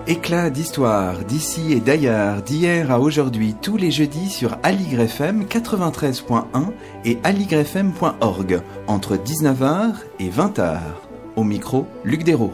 Éclat d'histoire d'ici et d'ailleurs, d'hier à aujourd'hui, tous les jeudis sur Aligre FM 93.1 et aligrefm.org, entre 19h et 20h. Au micro, Luc Dérault.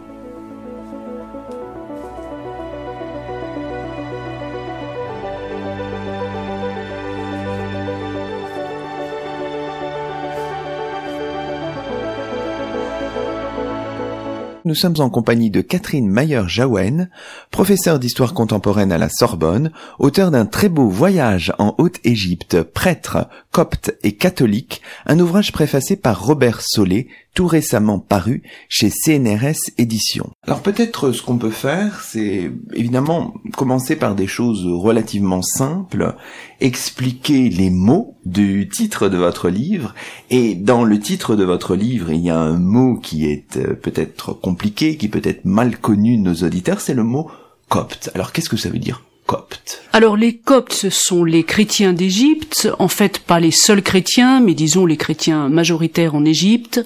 Nous sommes en compagnie de Catherine Mayer-Jaouen, professeure d'histoire contemporaine à la Sorbonne, auteure d'un très beau voyage en Haute-Égypte, prêtre, copte et catholique, un ouvrage préfacé par Robert Solé, tout récemment paru chez CNRS Éditions. Alors peut-être ce qu'on peut faire, c'est évidemment commencer par des choses relativement simples, expliquer les mots du titre de votre livre, et dans le titre de votre livre, il y a un mot qui est peut-être compliqué, qui peut être mal connu de nos auditeurs, c'est le mot copte. Alors qu'est-ce que ça veut dire copte? Alors les coptes, ce sont les chrétiens d'Égypte, en fait pas les seuls chrétiens, mais disons les chrétiens majoritaires en Égypte,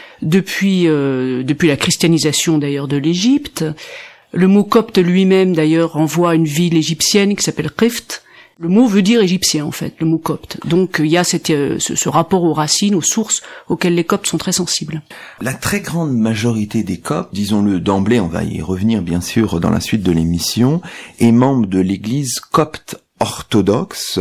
depuis la christianisation d'ailleurs de l'Égypte. Le mot copte lui-même d'ailleurs renvoie à une ville égyptienne qui s'appelle Khift. Le mot veut dire égyptien en fait, le mot copte. Donc il y a ce rapport aux racines, aux sources auxquelles les coptes sont très sensibles. La très grande majorité des coptes, disons-le d'emblée, on va y revenir bien sûr dans la suite de l'émission, est membre de l'église copte orthodoxe,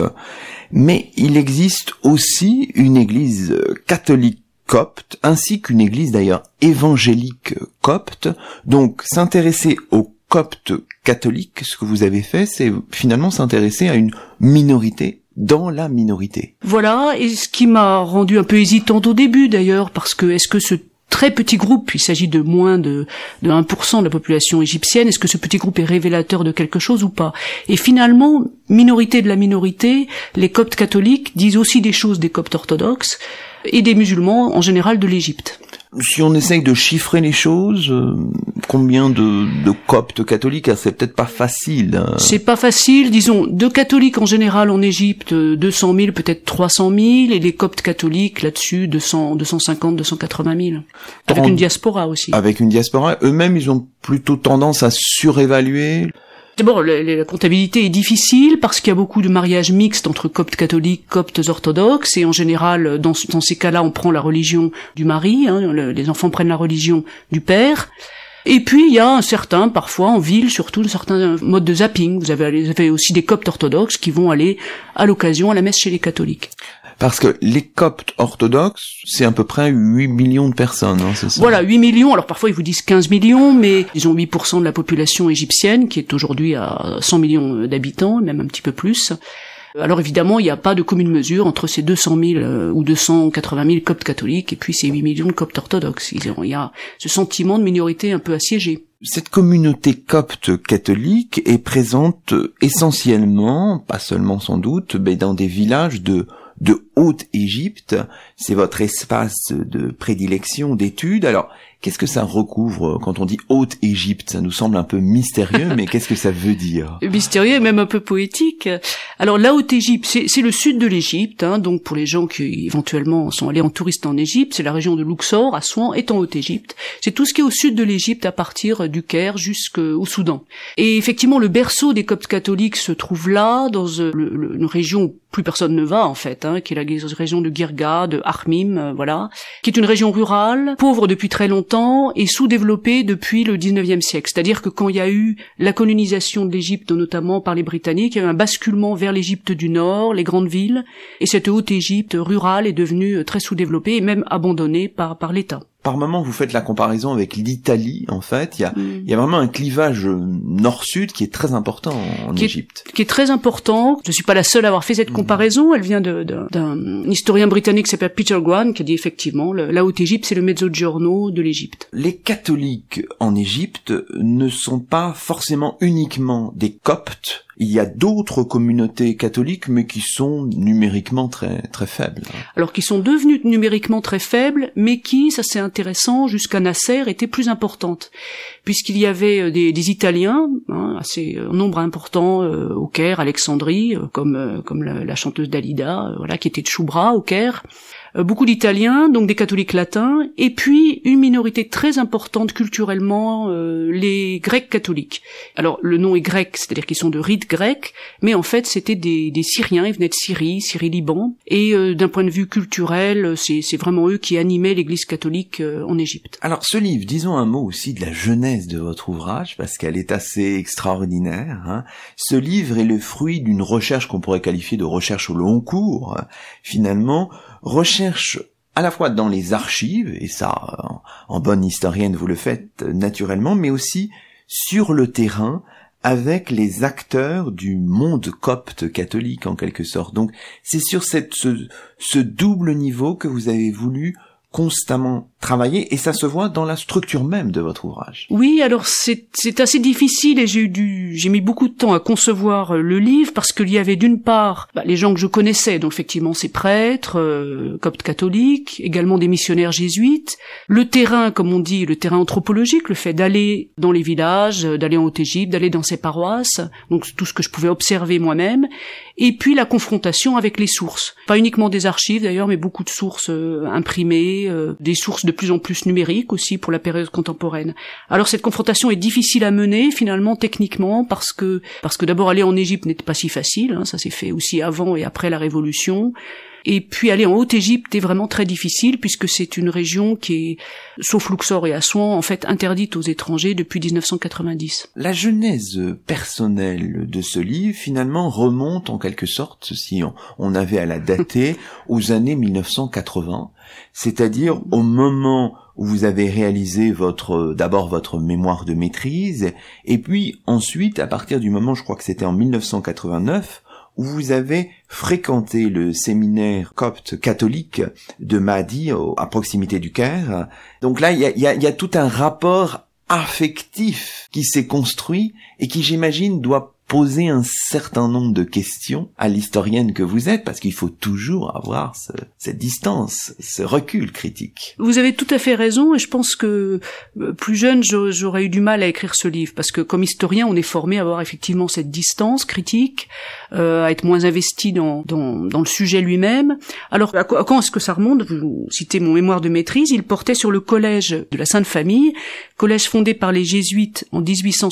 mais il existe aussi une église catholique copte, ainsi qu'une église d'ailleurs évangélique copte. Donc s'intéresser aux coptes catholiques, ce que vous avez fait, c'est finalement s'intéresser à une minorité dans la minorité. Voilà, et ce qui m'a rendu un peu hésitante au début d'ailleurs, parce que est-ce que ce très petit groupe, il s'agit de moins de 1% de la population égyptienne, est-ce que ce petit groupe est révélateur de quelque chose ou pas? Et finalement, minorité de la minorité, les coptes catholiques disent aussi des choses des coptes orthodoxes et des musulmans en général de l'Égypte. Si on essaye de chiffrer les choses, combien de coptes catholiques, c'est peut-être pas facile. C'est pas facile, disons, de catholiques en général en Égypte, 200 000, peut-être 300 000, et les coptes catholiques là-dessus, 250, 280 000. Avec une diaspora aussi. Avec une diaspora, eux-mêmes, ils ont plutôt tendance à surévaluer. D'abord, la comptabilité est difficile parce qu'il y a beaucoup de mariages mixtes entre coptes catholiques, coptes orthodoxes, et en général, dans ces cas-là, on prend la religion du mari, les enfants prennent la religion du père. Et puis, il y a parfois en ville, surtout, certains modes de zapping. Vous avez aussi des coptes orthodoxes qui vont aller, à l'occasion, à la messe chez les catholiques. Parce que les coptes orthodoxes, c'est à peu près 8 millions de personnes, c'est ça? Voilà, 8 millions. Alors parfois ils vous disent 15 millions, mais ils ont 8% de la population égyptienne, qui est aujourd'hui à 100 millions d'habitants, même un petit peu plus. Alors évidemment, il n'y a pas de commune mesure entre ces 200 000 ou 280 000 coptes catholiques et puis ces 8 millions de coptes orthodoxes. Il y a ce sentiment de minorité un peu assiégée. Cette communauté copte catholique est présente essentiellement, pas seulement sans doute, mais dans des villages de Haute-Égypte. C'est votre espace de prédilection, d'étude. Alors, qu'est-ce que ça recouvre quand on dit Haute-Égypte? Ça nous semble un peu mystérieux, mais qu'est-ce que ça veut dire? Mystérieux et même un peu poétique. Alors, la Haute-Égypte, c'est le sud de l'Égypte, donc pour les gens qui éventuellement sont allés en touriste en Égypte, c'est la région de Luxor, Assouan, est en Haute-Égypte. C'est tout ce qui est au sud de l'Égypte à partir du Caire jusqu'au Soudan. Et effectivement, le berceau des coptes catholiques se trouve là, dans une région où plus personne ne va en fait, qui est la région de Girga, de Ahmim, qui est une région rurale, pauvre depuis très longtemps et sous-développée depuis le 19e siècle. C'est-à-dire que quand il y a eu la colonisation de l'Égypte, notamment par les Britanniques, il y a eu un basculement vers l'Égypte du Nord, les grandes villes, et cette Haute-Égypte rurale est devenue très sous-développée et même abandonnée par l'État. Par moment, vous faites la comparaison avec l'Italie, en fait. Il y a vraiment un clivage nord-sud qui est très important en Égypte. Qui est très important. Je suis pas la seule à avoir fait cette comparaison. Elle vient d'un historien britannique qui s'appelle Peter Grant, qui a dit effectivement, la Haute-Égypte, c'est le Mezzogiorno de l'Égypte. Les catholiques en Égypte ne sont pas forcément uniquement des coptes. Il y a d'autres communautés catholiques, mais qui sont numériquement très, très faibles. Alors, qui sont devenues numériquement très faibles, mais qui, ça c'est intéressant, jusqu'à Nasser, étaient plus importantes. Puisqu'il y avait des Italiens, assez en nombre important, au Caire, Alexandrie, comme la chanteuse Dalida, qui était de Choubra, au Caire. beaucoup d'Italiens, donc des catholiques latins, et puis une minorité très importante culturellement, les Grecs catholiques. Alors le nom est grec, c'est-à-dire qu'ils sont de rite grec, mais en fait c'était des Syriens, ils venaient de Syrie-Liban, et d'un point de vue culturel, c'est vraiment eux qui animaient l'Église catholique en Égypte. Alors ce livre, disons un mot aussi de la genèse de votre ouvrage, parce qu'elle est assez extraordinaire, hein. Ce livre est le fruit d'une recherche qu'on pourrait qualifier de recherche au long cours, finalement, recherche à la fois dans les archives, et ça, en bonne historienne, vous le faites naturellement, mais aussi sur le terrain, avec les acteurs du monde copte catholique, en quelque sorte. Donc, c'est sur ce double niveau que vous avez voulu constamment travailler, et ça se voit dans la structure même de votre ouvrage. Oui, alors c'est assez difficile, et j'ai mis beaucoup de temps à concevoir le livre, parce qu'il y avait d'une part les gens que je connaissais, donc effectivement ces prêtres, coptes catholiques, également des missionnaires jésuites, le terrain, comme on dit, le terrain anthropologique, le fait d'aller dans les villages, d'aller en Haute-Égypte, d'aller dans ces paroisses, donc tout ce que je pouvais observer moi-même, et puis la confrontation avec les sources. Pas uniquement des archives d'ailleurs, mais beaucoup de sources imprimées, des sources de plus en plus numériques aussi pour la période contemporaine. Alors cette confrontation est difficile à mener finalement techniquement parce que d'abord aller en Égypte n'était pas si facile, hein, ça s'est fait aussi avant et après la Révolution. Et puis aller en Haute-Égypte est vraiment très difficile puisque c'est une région qui est, sauf Luxor et Assouan, en fait interdite aux étrangers depuis 1990. La genèse personnelle de ce livre, finalement, remonte en quelque sorte, si on avait à la dater, aux années 1980, c'est-à-dire au moment où vous avez réalisé d'abord votre mémoire de maîtrise, et puis ensuite, à partir du moment, je crois que c'était en 1989, où vous avez fréquenté le séminaire copte catholique de Mahdi, à proximité du Caire. Donc là, il y a tout un rapport affectif qui s'est construit et qui, j'imagine, doit poser un certain nombre de questions à l'historienne que vous êtes, parce qu'il faut toujours avoir cette distance, ce recul critique. Vous avez tout à fait raison, et je pense que plus jeune, j'aurais eu du mal à écrire ce livre, parce que comme historien, on est formé à avoir effectivement cette distance critique, à être moins investi dans le sujet lui-même. Alors, à quand est-ce que ça remonte? Vous citez mon mémoire de maîtrise, il portait sur le collège de la Sainte Famille, collège fondé par les jésuites en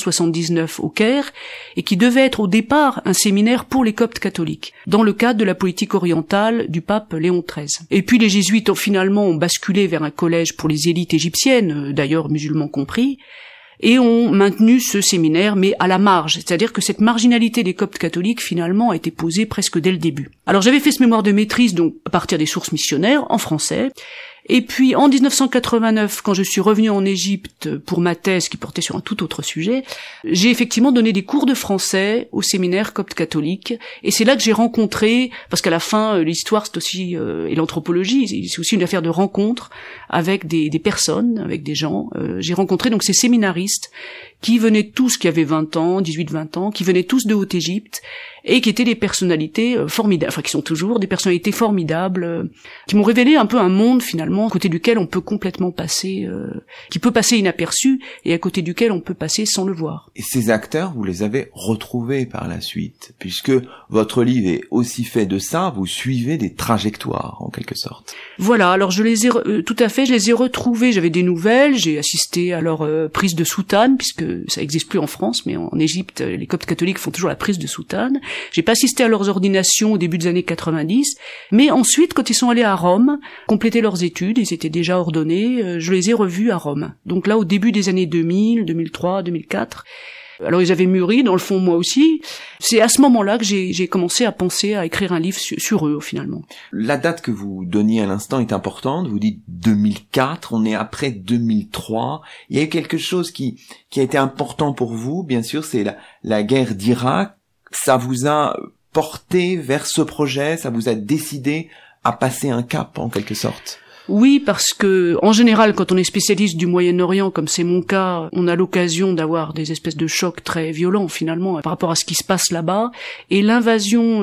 1879 au Caire, et qui devait être au départ un séminaire pour les coptes catholiques, dans le cadre de la politique orientale du pape Léon XIII. Et puis les jésuites finalement ont basculé vers un collège pour les élites égyptiennes, d'ailleurs musulmans compris, et ont maintenu ce séminaire, mais à la marge. C'est-à-dire que cette marginalité des coptes catholiques, finalement, a été posée presque dès le début. Alors j'avais fait ce mémoire de maîtrise, donc à partir des sources missionnaires, en français. Et puis, en 1989, quand je suis revenue en Égypte pour ma thèse qui portait sur un tout autre sujet, j'ai effectivement donné des cours de français au séminaire copte catholique. Et c'est là que j'ai rencontré, parce qu'à la fin, l'histoire, c'est aussi, et l'anthropologie, c'est aussi une affaire de rencontre avec des personnes, avec des gens. J'ai rencontré donc ces séminaristes qui venaient tous, qui avaient 20 ans, 18-20 ans, qui venaient tous de Haute-Égypte, et qui étaient des personnalités formidables, enfin qui sont toujours des personnalités formidables, qui m'ont révélé un peu un monde finalement, à côté duquel on peut complètement passer, qui peut passer inaperçu, et à côté duquel on peut passer sans le voir. Et ces acteurs, vous les avez retrouvés par la suite, puisque votre livre est aussi fait de ça, vous suivez des trajectoires, en quelque sorte. Voilà, alors je les ai, tout à fait, je les ai retrouvés, j'avais des nouvelles, j'ai assisté à leur prise de soutane, puisque ça existe plus en France, mais en Égypte, les coptes catholiques font toujours la prise de soutane. J'ai pas assisté à leurs ordinations au début des années 90, mais ensuite, quand ils sont allés à Rome, compléter leurs études, ils étaient déjà ordonnés, je les ai revus à Rome. Donc là, au début des années 2000, 2003, 2004, alors ils avaient mûri, dans le fond moi aussi. C'est à ce moment-là que j'ai commencé à penser à écrire un livre sur eux, finalement. La date que vous donniez à l'instant est importante. Vous dites 2004, on est après 2003. Il y a eu quelque chose qui a été important pour vous, bien sûr, c'est la guerre d'Irak. Ça vous a porté vers ce projet, ça vous a décidé à passer un cap, en quelque sorte. Oui, parce que en général, quand on est spécialiste du Moyen-Orient, comme c'est mon cas, on a l'occasion d'avoir des espèces de chocs très violents finalement par rapport à ce qui se passe là-bas. Et l'invasion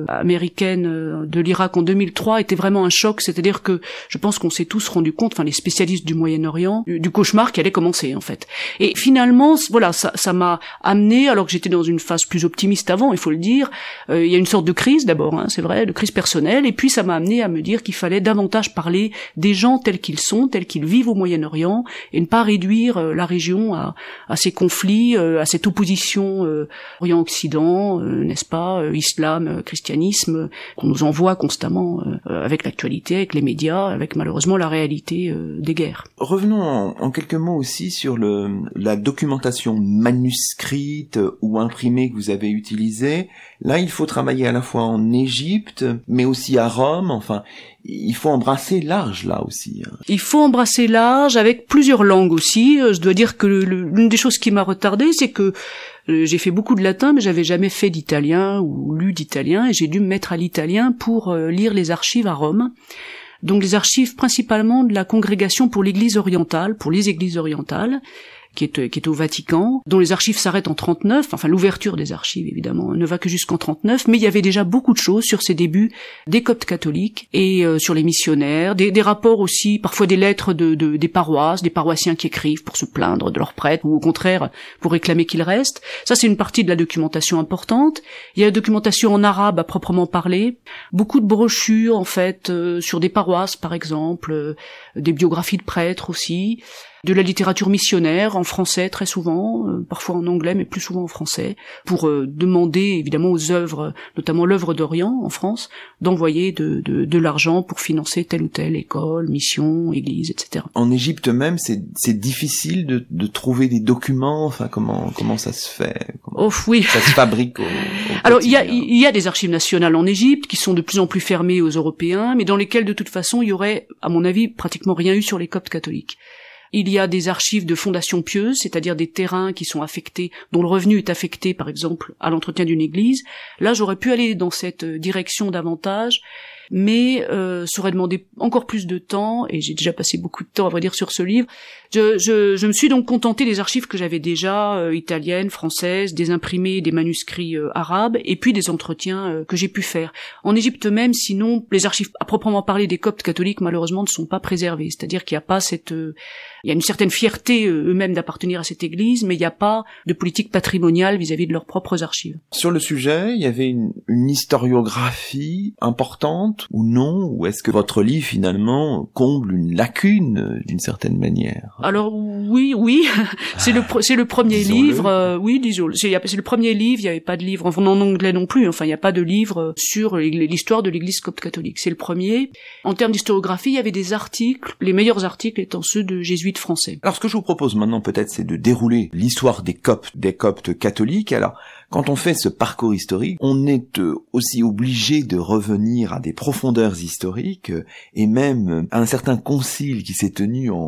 américaine de l'Irak en 2003 était vraiment un choc. C'est-à-dire que je pense qu'on s'est tous rendu compte, enfin les spécialistes du Moyen-Orient, du cauchemar qui allait commencer en fait. Et finalement, voilà, ça m'a amené, alors que j'étais dans une phase plus optimiste avant, il faut le dire. Il y a une sorte de crise d'abord, c'est vrai, de crise personnelle. Et puis ça m'a amené à me dire qu'il fallait davantage parler des gens tels qu'ils sont, tels qu'ils vivent au Moyen-Orient, et ne pas réduire la région à ces conflits, à cette opposition Orient-Occident, n'est-ce pas, islam, christianisme, qu'on nous envoie constamment avec l'actualité, avec les médias, avec malheureusement la réalité des guerres. Revenons en quelques mots aussi sur la documentation manuscrite ou imprimée que vous avez utilisée. Là, il faut travailler à la fois en Égypte, mais aussi à Rome, enfin... Il faut embrasser large, là, aussi. Il faut embrasser large, avec plusieurs langues aussi. Je dois dire que l'une des choses qui m'a retardée, c'est que j'ai fait beaucoup de latin, mais j'avais jamais fait d'italien ou lu d'italien, et j'ai dû me mettre à l'italien pour lire les archives à Rome. Donc les archives principalement de la Congrégation pour l'Église orientale, pour les Églises orientales, qui est au Vatican, dont les archives s'arrêtent en 39, enfin l'ouverture des archives évidemment ne va que jusqu'en 39, mais il y avait déjà beaucoup de choses sur ces débuts des Coptes catholiques et sur les missionnaires, des rapports aussi, parfois des lettres des paroisses, des paroissiens qui écrivent pour se plaindre de leurs prêtres ou au contraire pour réclamer qu'ils restent. Ça c'est une partie de la documentation importante. Il y a la documentation en arabe à proprement parler, beaucoup de brochures en fait sur des paroisses par exemple, des biographies de prêtres aussi. De la littérature missionnaire en français très souvent, parfois en anglais mais plus souvent en français, pour demander évidemment aux œuvres, notamment l'œuvre d'Orient en France, d'envoyer de l'argent pour financer telle ou telle école, mission, église, etc. En Égypte même, c'est difficile de trouver des documents, enfin comment ça se fait? Oui. Ça se fabrique au Alors il y a des archives nationales en Égypte qui sont de plus en plus fermées aux Européens, mais dans lesquelles de toute façon il y aurait, à mon avis, pratiquement rien eu sur les Coptes catholiques. Il y a des archives de fondations pieuses, c'est-à-dire des terrains qui sont affectés, dont le revenu est affecté, par exemple, à l'entretien d'une église. Là, j'aurais pu aller dans cette direction davantage, mais ça aurait demandé encore plus de temps, et j'ai déjà passé beaucoup de temps, à vrai dire, sur ce livre. Je me suis donc contentée des archives que j'avais déjà, italiennes, françaises, des imprimés, des manuscrits arabes, et puis des entretiens que j'ai pu faire. En Égypte même, sinon, les archives à proprement parler des Coptes catholiques, malheureusement, ne sont pas préservées. C'est-à-dire qu'il n'y a pas il y a une certaine fierté eux-mêmes d'appartenir à cette église, mais il n'y a pas de politique patrimoniale vis-à-vis de leurs propres archives. Sur le sujet, il y avait une historiographie importante ou non? Ou est-ce que votre livre, finalement, comble une lacune d'une certaine manière? Alors oui, c'est le premier livre. Oui, disons, c'est le premier livre. Il n'y avait pas de livre en anglais non plus. Enfin, il n'y a pas de livre sur l'histoire de l'Église copte catholique. C'est le premier. En termes d'historiographie, il y avait des articles. Les meilleurs articles étant ceux de jésuites français. Alors, ce que je vous propose maintenant, peut-être, c'est de dérouler l'histoire des Coptes catholiques. Alors, quand on fait ce parcours historique, on est aussi obligé de revenir à des profondeurs historiques et même à un certain concile qui s'est tenu en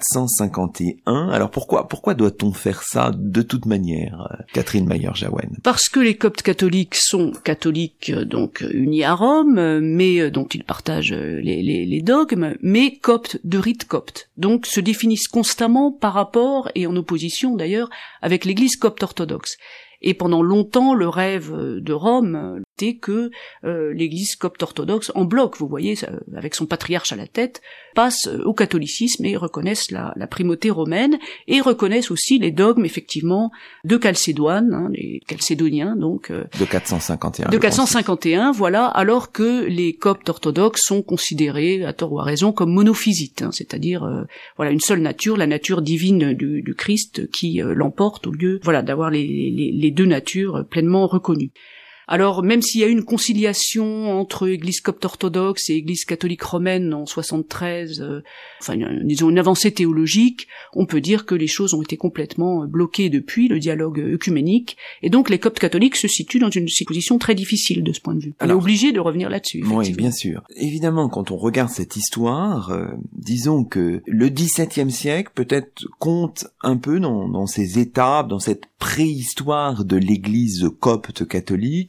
451. Alors pourquoi doit-on faire ça de toute manière, Catherine Mayer-Jaouen? Parce que les Coptes catholiques sont catholiques donc unis à Rome, mais dont ils partagent les dogmes, mais coptes de rite copte. Donc se définissent constamment par rapport et en opposition d'ailleurs avec l'Église copte orthodoxe. Et pendant longtemps, le rêve de Rome était que l'Église copte orthodoxe, en bloc, vous voyez, avec son patriarche à la tête, passe au catholicisme et reconnaissent la primauté romaine et reconnaissent aussi les dogmes, effectivement, de Chalcédoine, les Chalcédoniens, donc... de 451. De 451, voilà, alors que les coptes orthodoxes sont considérés, à tort ou à raison, comme monophysites, c'est-à-dire, voilà, une seule nature, la nature divine du Christ qui l'emporte au lieu, voilà, d'avoir les deux natures pleinement reconnues. Alors, même s'il y a eu une conciliation entre Église copte orthodoxe et Église catholique romaine en 73, disons une avancée théologique, on peut dire que les choses ont été complètement bloquées depuis le dialogue œcuménique, et donc les coptes catholiques se situent dans une position très difficile de ce point de vue. On est obligé de revenir là-dessus. Oui, bien sûr. Évidemment, quand on regarde cette histoire, disons que le XVIIe siècle peut-être compte un peu dans ces étapes, dans cette préhistoire de l'Église copte catholique,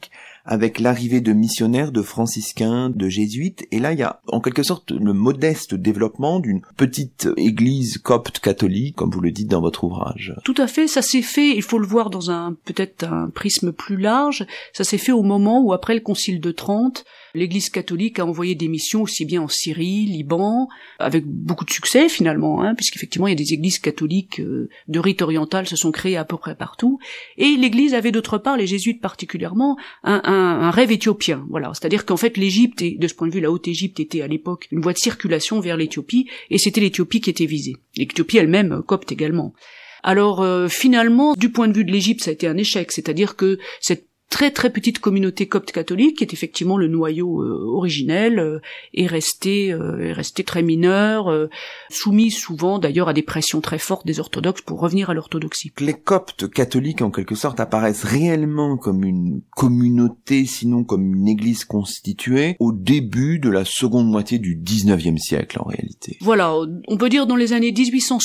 avec l'arrivée de missionnaires, de franciscains, de jésuites. Et là, il y a en quelque sorte le modeste développement d'une petite église copte catholique, comme vous le dites dans votre ouvrage. Tout à fait, ça s'est fait, il faut le voir dans peut-être un prisme plus large, ça s'est fait au moment où, après le Concile de Trente, l'Église catholique a envoyé des missions aussi bien en Syrie, Liban, avec beaucoup de succès finalement, puisqu'effectivement il y a des églises catholiques de rite oriental se sont créées à peu près partout, et l'Église avait d'autre part, les jésuites particulièrement, un rêve éthiopien, voilà, c'est-à-dire qu'en fait l'Égypte, et de ce point de vue la Haute-Égypte était à l'époque une voie de circulation vers l'Éthiopie, et c'était l'Éthiopie qui était visée, l'Éthiopie elle-même copte également. Alors finalement, du point de vue de l'Égypte, ça a été un échec, c'est-à-dire que cette très très petite communauté copte catholique, qui est effectivement le noyau originel, est restée très mineure, soumise souvent d'ailleurs à des pressions très fortes des orthodoxes pour revenir à l'orthodoxie. Les coptes catholiques en quelque sorte apparaissent réellement comme une communauté, sinon comme une église constituée, au début de la seconde moitié du XIXe siècle en réalité. Voilà, on peut dire dans les années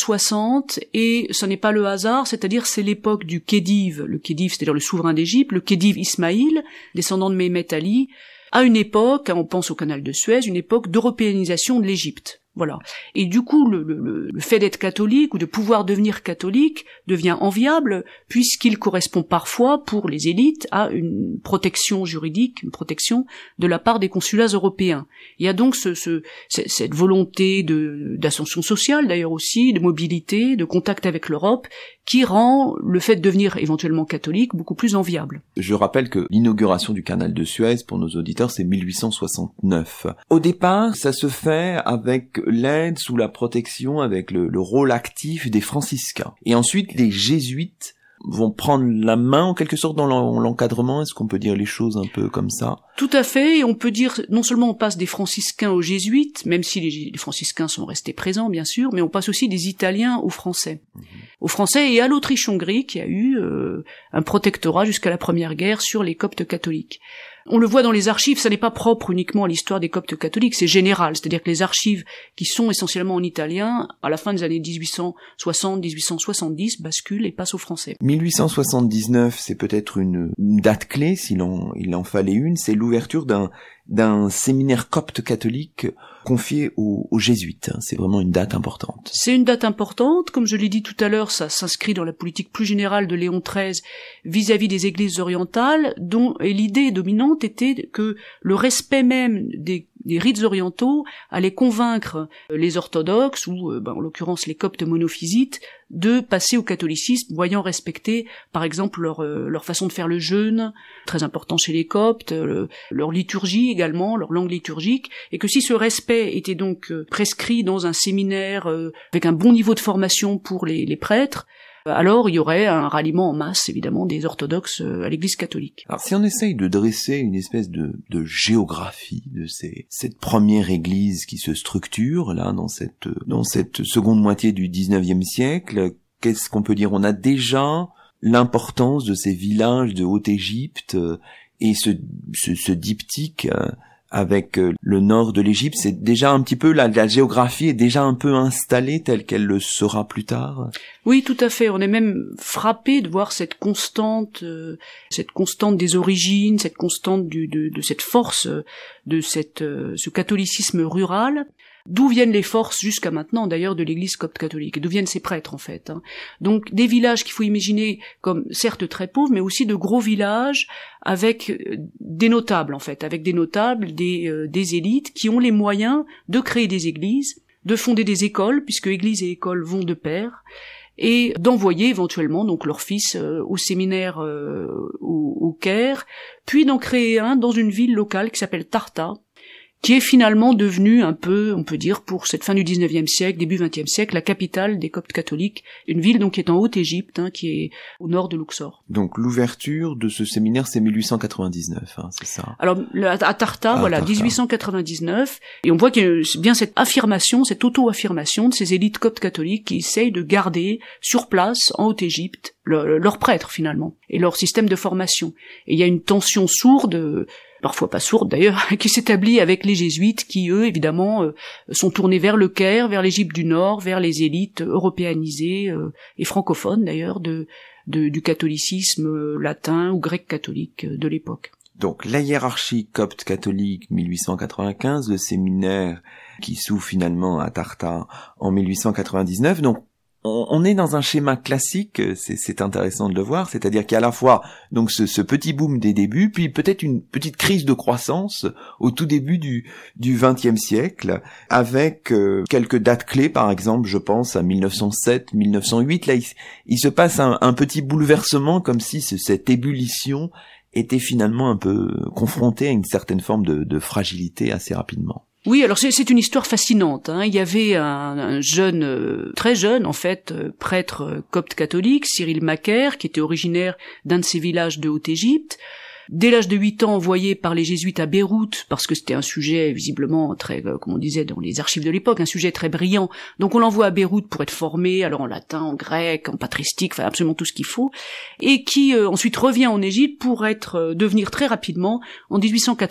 1860, et ce n'est pas le hasard, c'est-à-dire c'est l'époque du Khedive, le Khedive c'est-à-dire le souverain d'Égypte, le Khedive Ismaïl, descendant de Mehmet Ali, à une époque, on pense au canal de Suez, une époque d'européanisation de l'Égypte. Voilà. Et du coup, le fait d'être catholique ou de pouvoir devenir catholique devient enviable puisqu'il correspond parfois pour les élites à une protection juridique, une protection de la part des consulats européens. Il y a donc cette volonté d'ascension sociale d'ailleurs aussi, de mobilité, de contact avec l'Europe qui rend le fait de devenir éventuellement catholique beaucoup plus enviable. Je rappelle que l'inauguration du canal de Suez, pour nos auditeurs, c'est 1869. Au départ, ça se fait avec l'aide, sous la protection, avec le rôle actif des franciscains. Et ensuite, les jésuites vont prendre la main en quelque sorte dans l'encadrement. Est-ce qu'on peut dire les choses un peu comme ça? Tout à fait, et on peut dire, non seulement on passe des franciscains aux jésuites, même si les franciscains sont restés présents bien sûr, mais on passe aussi des Italiens aux Français. Aux Français et à l'Autriche-Hongrie qui a eu un protectorat jusqu'à la Première Guerre sur les coptes catholiques. On le voit dans les archives, ça n'est pas propre uniquement à l'histoire des coptes catholiques, c'est général, c'est-à-dire que les archives qui sont essentiellement en italien, à la fin des années 1860-1870, basculent et passent aux Français. 1879, c'est peut-être une date clé, il en fallait une, c'est l'ouverture d'un séminaire copte catholique confié aux jésuites. C'est vraiment une date importante. C'est une date importante, comme je l'ai dit tout à l'heure, ça s'inscrit dans la politique plus générale de Léon XIII vis-à-vis des églises orientales, et l'idée dominante était que le respect même des rites orientaux allait convaincre les orthodoxes, ou en l'occurrence les coptes monophysites, de passer au catholicisme, voyant respecter par exemple leur façon de faire le jeûne, très important chez les coptes, leur liturgie également, leur langue liturgique, et que si ce respect était donc prescrit dans un séminaire avec un bon niveau de formation pour les prêtres, alors il y aurait un ralliement en masse, évidemment, des orthodoxes à l'Église catholique. Alors si on essaye de dresser une espèce de géographie de cette première Église qui se structure, là, dans cette seconde moitié du XIXe siècle, qu'est-ce qu'on peut dire? On a déjà l'importance de ces villages de Haute-Égypte et ce diptyque avec le nord de l'Égypte, c'est déjà un petit peu la géographie est déjà un peu installée telle qu'elle le sera plus tard. Oui, tout à fait. On est même frappé de voir cette constante des origines, cette constante de cette force de ce catholicisme rural. D'où viennent les forces jusqu'à maintenant d'ailleurs de l'église copte catholique, et d'où viennent ces prêtres en fait. Donc des villages qu'il faut imaginer comme certes très pauvres, mais aussi de gros villages avec des notables en fait, avec des notables, des élites qui ont les moyens de créer des églises, de fonder des écoles, puisque église et école vont de pair, et d'envoyer éventuellement donc leurs fils au séminaire au Caire, puis d'en créer un dans une ville locale qui s'appelle Tarta, qui est finalement devenue un peu, on peut dire, pour cette fin du XIXe siècle, début XXe siècle, la capitale des coptes catholiques, une ville donc qui est en Haute-Égypte, qui est au nord de Luxor. Donc l'ouverture de ce séminaire, c'est 1899, c'est ça? Alors à Tarta, voilà, Tarta. 1899, et on voit qu'il y a bien cette affirmation, cette auto-affirmation de ces élites coptes catholiques qui essayent de garder sur place, en Haute-Égypte, leurs prêtres finalement, et leur système de formation. Et il y a une tension sourde, parfois pas sourde d'ailleurs, qui s'établit avec les jésuites qui, eux, évidemment, sont tournés vers le Caire, vers l'Égypte du Nord, vers les élites européanisées et francophones d'ailleurs du catholicisme latin ou grec catholique de l'époque. Donc la hiérarchie copte catholique 1895, le séminaire qui s'ouvre finalement à Tartare en 1899. Donc on est dans un schéma classique, c'est intéressant de le voir, c'est-à-dire qu'il y a à la fois donc ce petit boom des débuts, puis peut-être une petite crise de croissance au tout début du XXe siècle, avec quelques dates clés, par exemple, je pense à 1907, 1908. Là, il se passe un petit bouleversement, comme si cette ébullition était finalement un peu confrontée à une certaine forme de fragilité assez rapidement. Oui, alors c'est une histoire fascinante. Hein. Il y avait un jeune, très jeune en fait, prêtre copte catholique, Cyril Macaire, qui était originaire d'un de ces villages de Haute-Égypte. Dès l'âge de 8 ans, envoyé par les jésuites à Beyrouth, parce que c'était un sujet visiblement très, comme on disait dans les archives de l'époque, un sujet très brillant. Donc on l'envoie à Beyrouth pour être formé, alors en latin, en grec, en patristique, enfin absolument tout ce qu'il faut, et qui ensuite revient en Égypte pour devenir très rapidement, en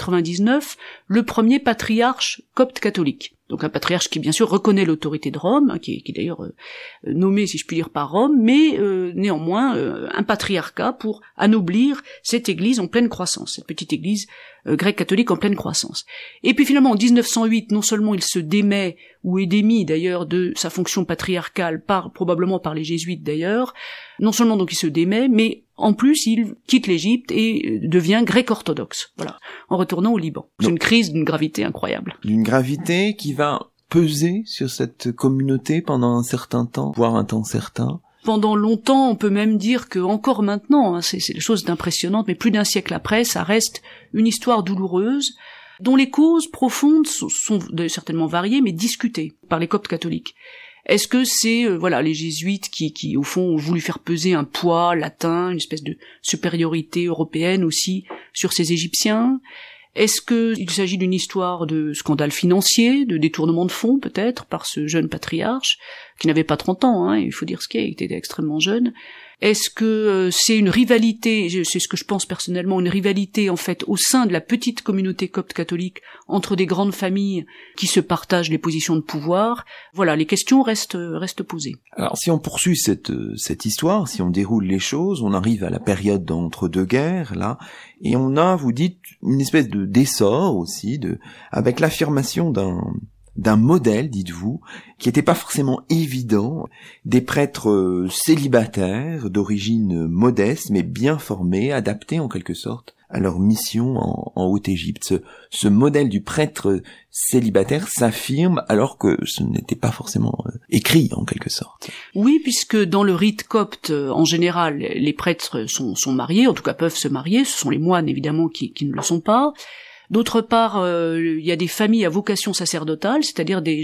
1899, le premier patriarche copte catholique. Donc un patriarche qui bien sûr reconnaît l'autorité de Rome, hein, qui est d'ailleurs nommé, si je puis dire, par Rome, mais néanmoins un patriarcat pour anoblir cette église en pleine croissance, cette petite église grecque catholique en pleine croissance. Et puis finalement en 1908, non seulement il se démet, ou est démis d'ailleurs de sa fonction patriarcale, probablement par les jésuites d'ailleurs, non seulement donc il se démet, mais en plus il quitte l'Égypte et devient grec orthodoxe, voilà, en retournant au Liban. C'est une crise d'une gravité incroyable. D'une gravité qui va peser sur cette communauté pendant un certain temps, voire un temps certain. Pendant longtemps, on peut même dire que encore maintenant, hein, c'est des choses impressionnantes, mais plus d'un siècle après, ça reste une histoire douloureuse, dont les causes profondes sont certainement variées, mais discutées par les coptes catholiques. Est-ce que c'est les jésuites qui au fond ont voulu faire peser un poids latin, une espèce de supériorité européenne aussi sur ces Égyptiens? Est-ce que il s'agit d'une histoire de scandale financier, de détournement de fonds peut-être par ce jeune patriarche qui n'avait pas 30 ans, hein, il faut dire ce qu'il est, il était extrêmement jeune? Est-ce que c'est une rivalité, c'est ce que je pense personnellement, une rivalité en fait au sein de la petite communauté copte catholique entre des grandes familles qui se partagent les positions de pouvoir? Voilà, les questions restent posées. Alors si on poursuit cette histoire, si on déroule les choses, on arrive à la période d'entre-deux-guerres là, et on a, vous dites, une espèce d'essor aussi, avec l'affirmation d'un modèle, dites-vous, qui n'était pas forcément évident, des prêtres célibataires, d'origine modeste, mais bien formés, adaptés en quelque sorte à leur mission en Haute-Égypte. Ce modèle du prêtre célibataire s'affirme alors que ce n'était pas forcément écrit en quelque sorte. Oui, puisque dans le rite copte, en général, les prêtres sont mariés, en tout cas peuvent se marier, ce sont les moines évidemment qui ne le sont pas. D'autre part, il y a des familles à vocation sacerdotale, c'est-à-dire les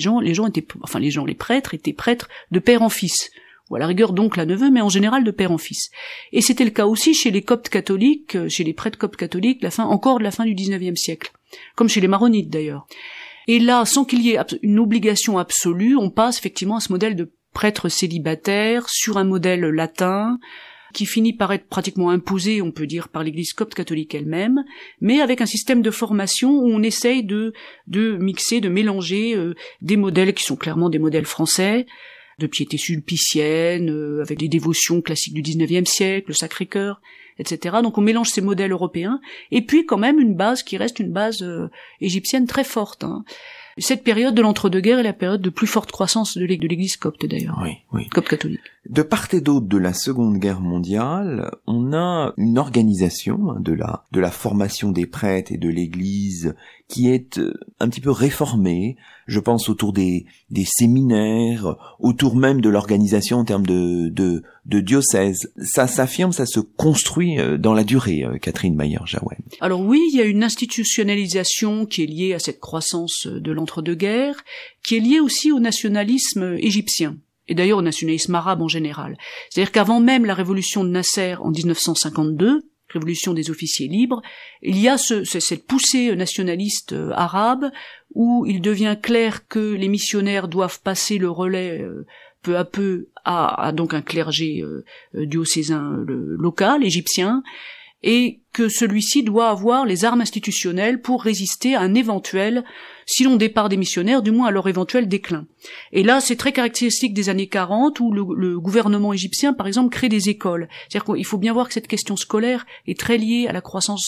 prêtres étaient prêtres de père en fils, ou à la rigueur donc la neveu, mais en général de père en fils. Et c'était le cas aussi chez les coptes catholiques, chez les prêtres coptes catholiques, la fin du XIXe siècle, comme chez les maronites d'ailleurs. Et là, sans qu'il y ait une obligation absolue, on passe effectivement à ce modèle de prêtre célibataire sur un modèle latin, qui finit par être pratiquement imposé, on peut dire, par l'Église copte catholique elle-même, mais avec un système de formation où on essaye de mixer, de mélanger des modèles qui sont clairement des modèles français, de piété sulpicienne, avec des dévotions classiques du XIXe siècle, le Sacré-Cœur, etc. Donc on mélange ces modèles européens, et puis quand même une base qui reste une base égyptienne très forte, hein. Cette période de l'entre-deux-guerres est la période de plus forte croissance de l'Église copte d'ailleurs, oui. Copte catholique. De part et d'autre de la Seconde Guerre mondiale, on a une organisation de la formation des prêtres et de l'Église qui est un petit peu réformée. Je pense autour des séminaires, autour même de l'organisation en termes de diocèses. Ça s'affirme, ça se construit dans la durée, Catherine Mayer-Jaouen. Alors oui, il y a une institutionnalisation qui est liée à cette croissance de l'entre-deux-guerres, qui est liée aussi au nationalisme égyptien, et d'ailleurs au nationalisme arabe en général. C'est-à-dire qu'avant même la révolution de Nasser en 1952, révolution des officiers libres, il y a cette poussée nationaliste arabe où il devient clair que les missionnaires doivent passer le relais peu à peu à donc un clergé diocésain local, égyptien, et que celui-ci doit avoir les armes institutionnelles pour résister à un éventuel, sinon départ des missionnaires, du moins à leur éventuel déclin. Et là, c'est très caractéristique des années 40, où le gouvernement égyptien, par exemple, crée des écoles. C'est-à-dire qu'il faut bien voir que cette question scolaire est très liée à la croissance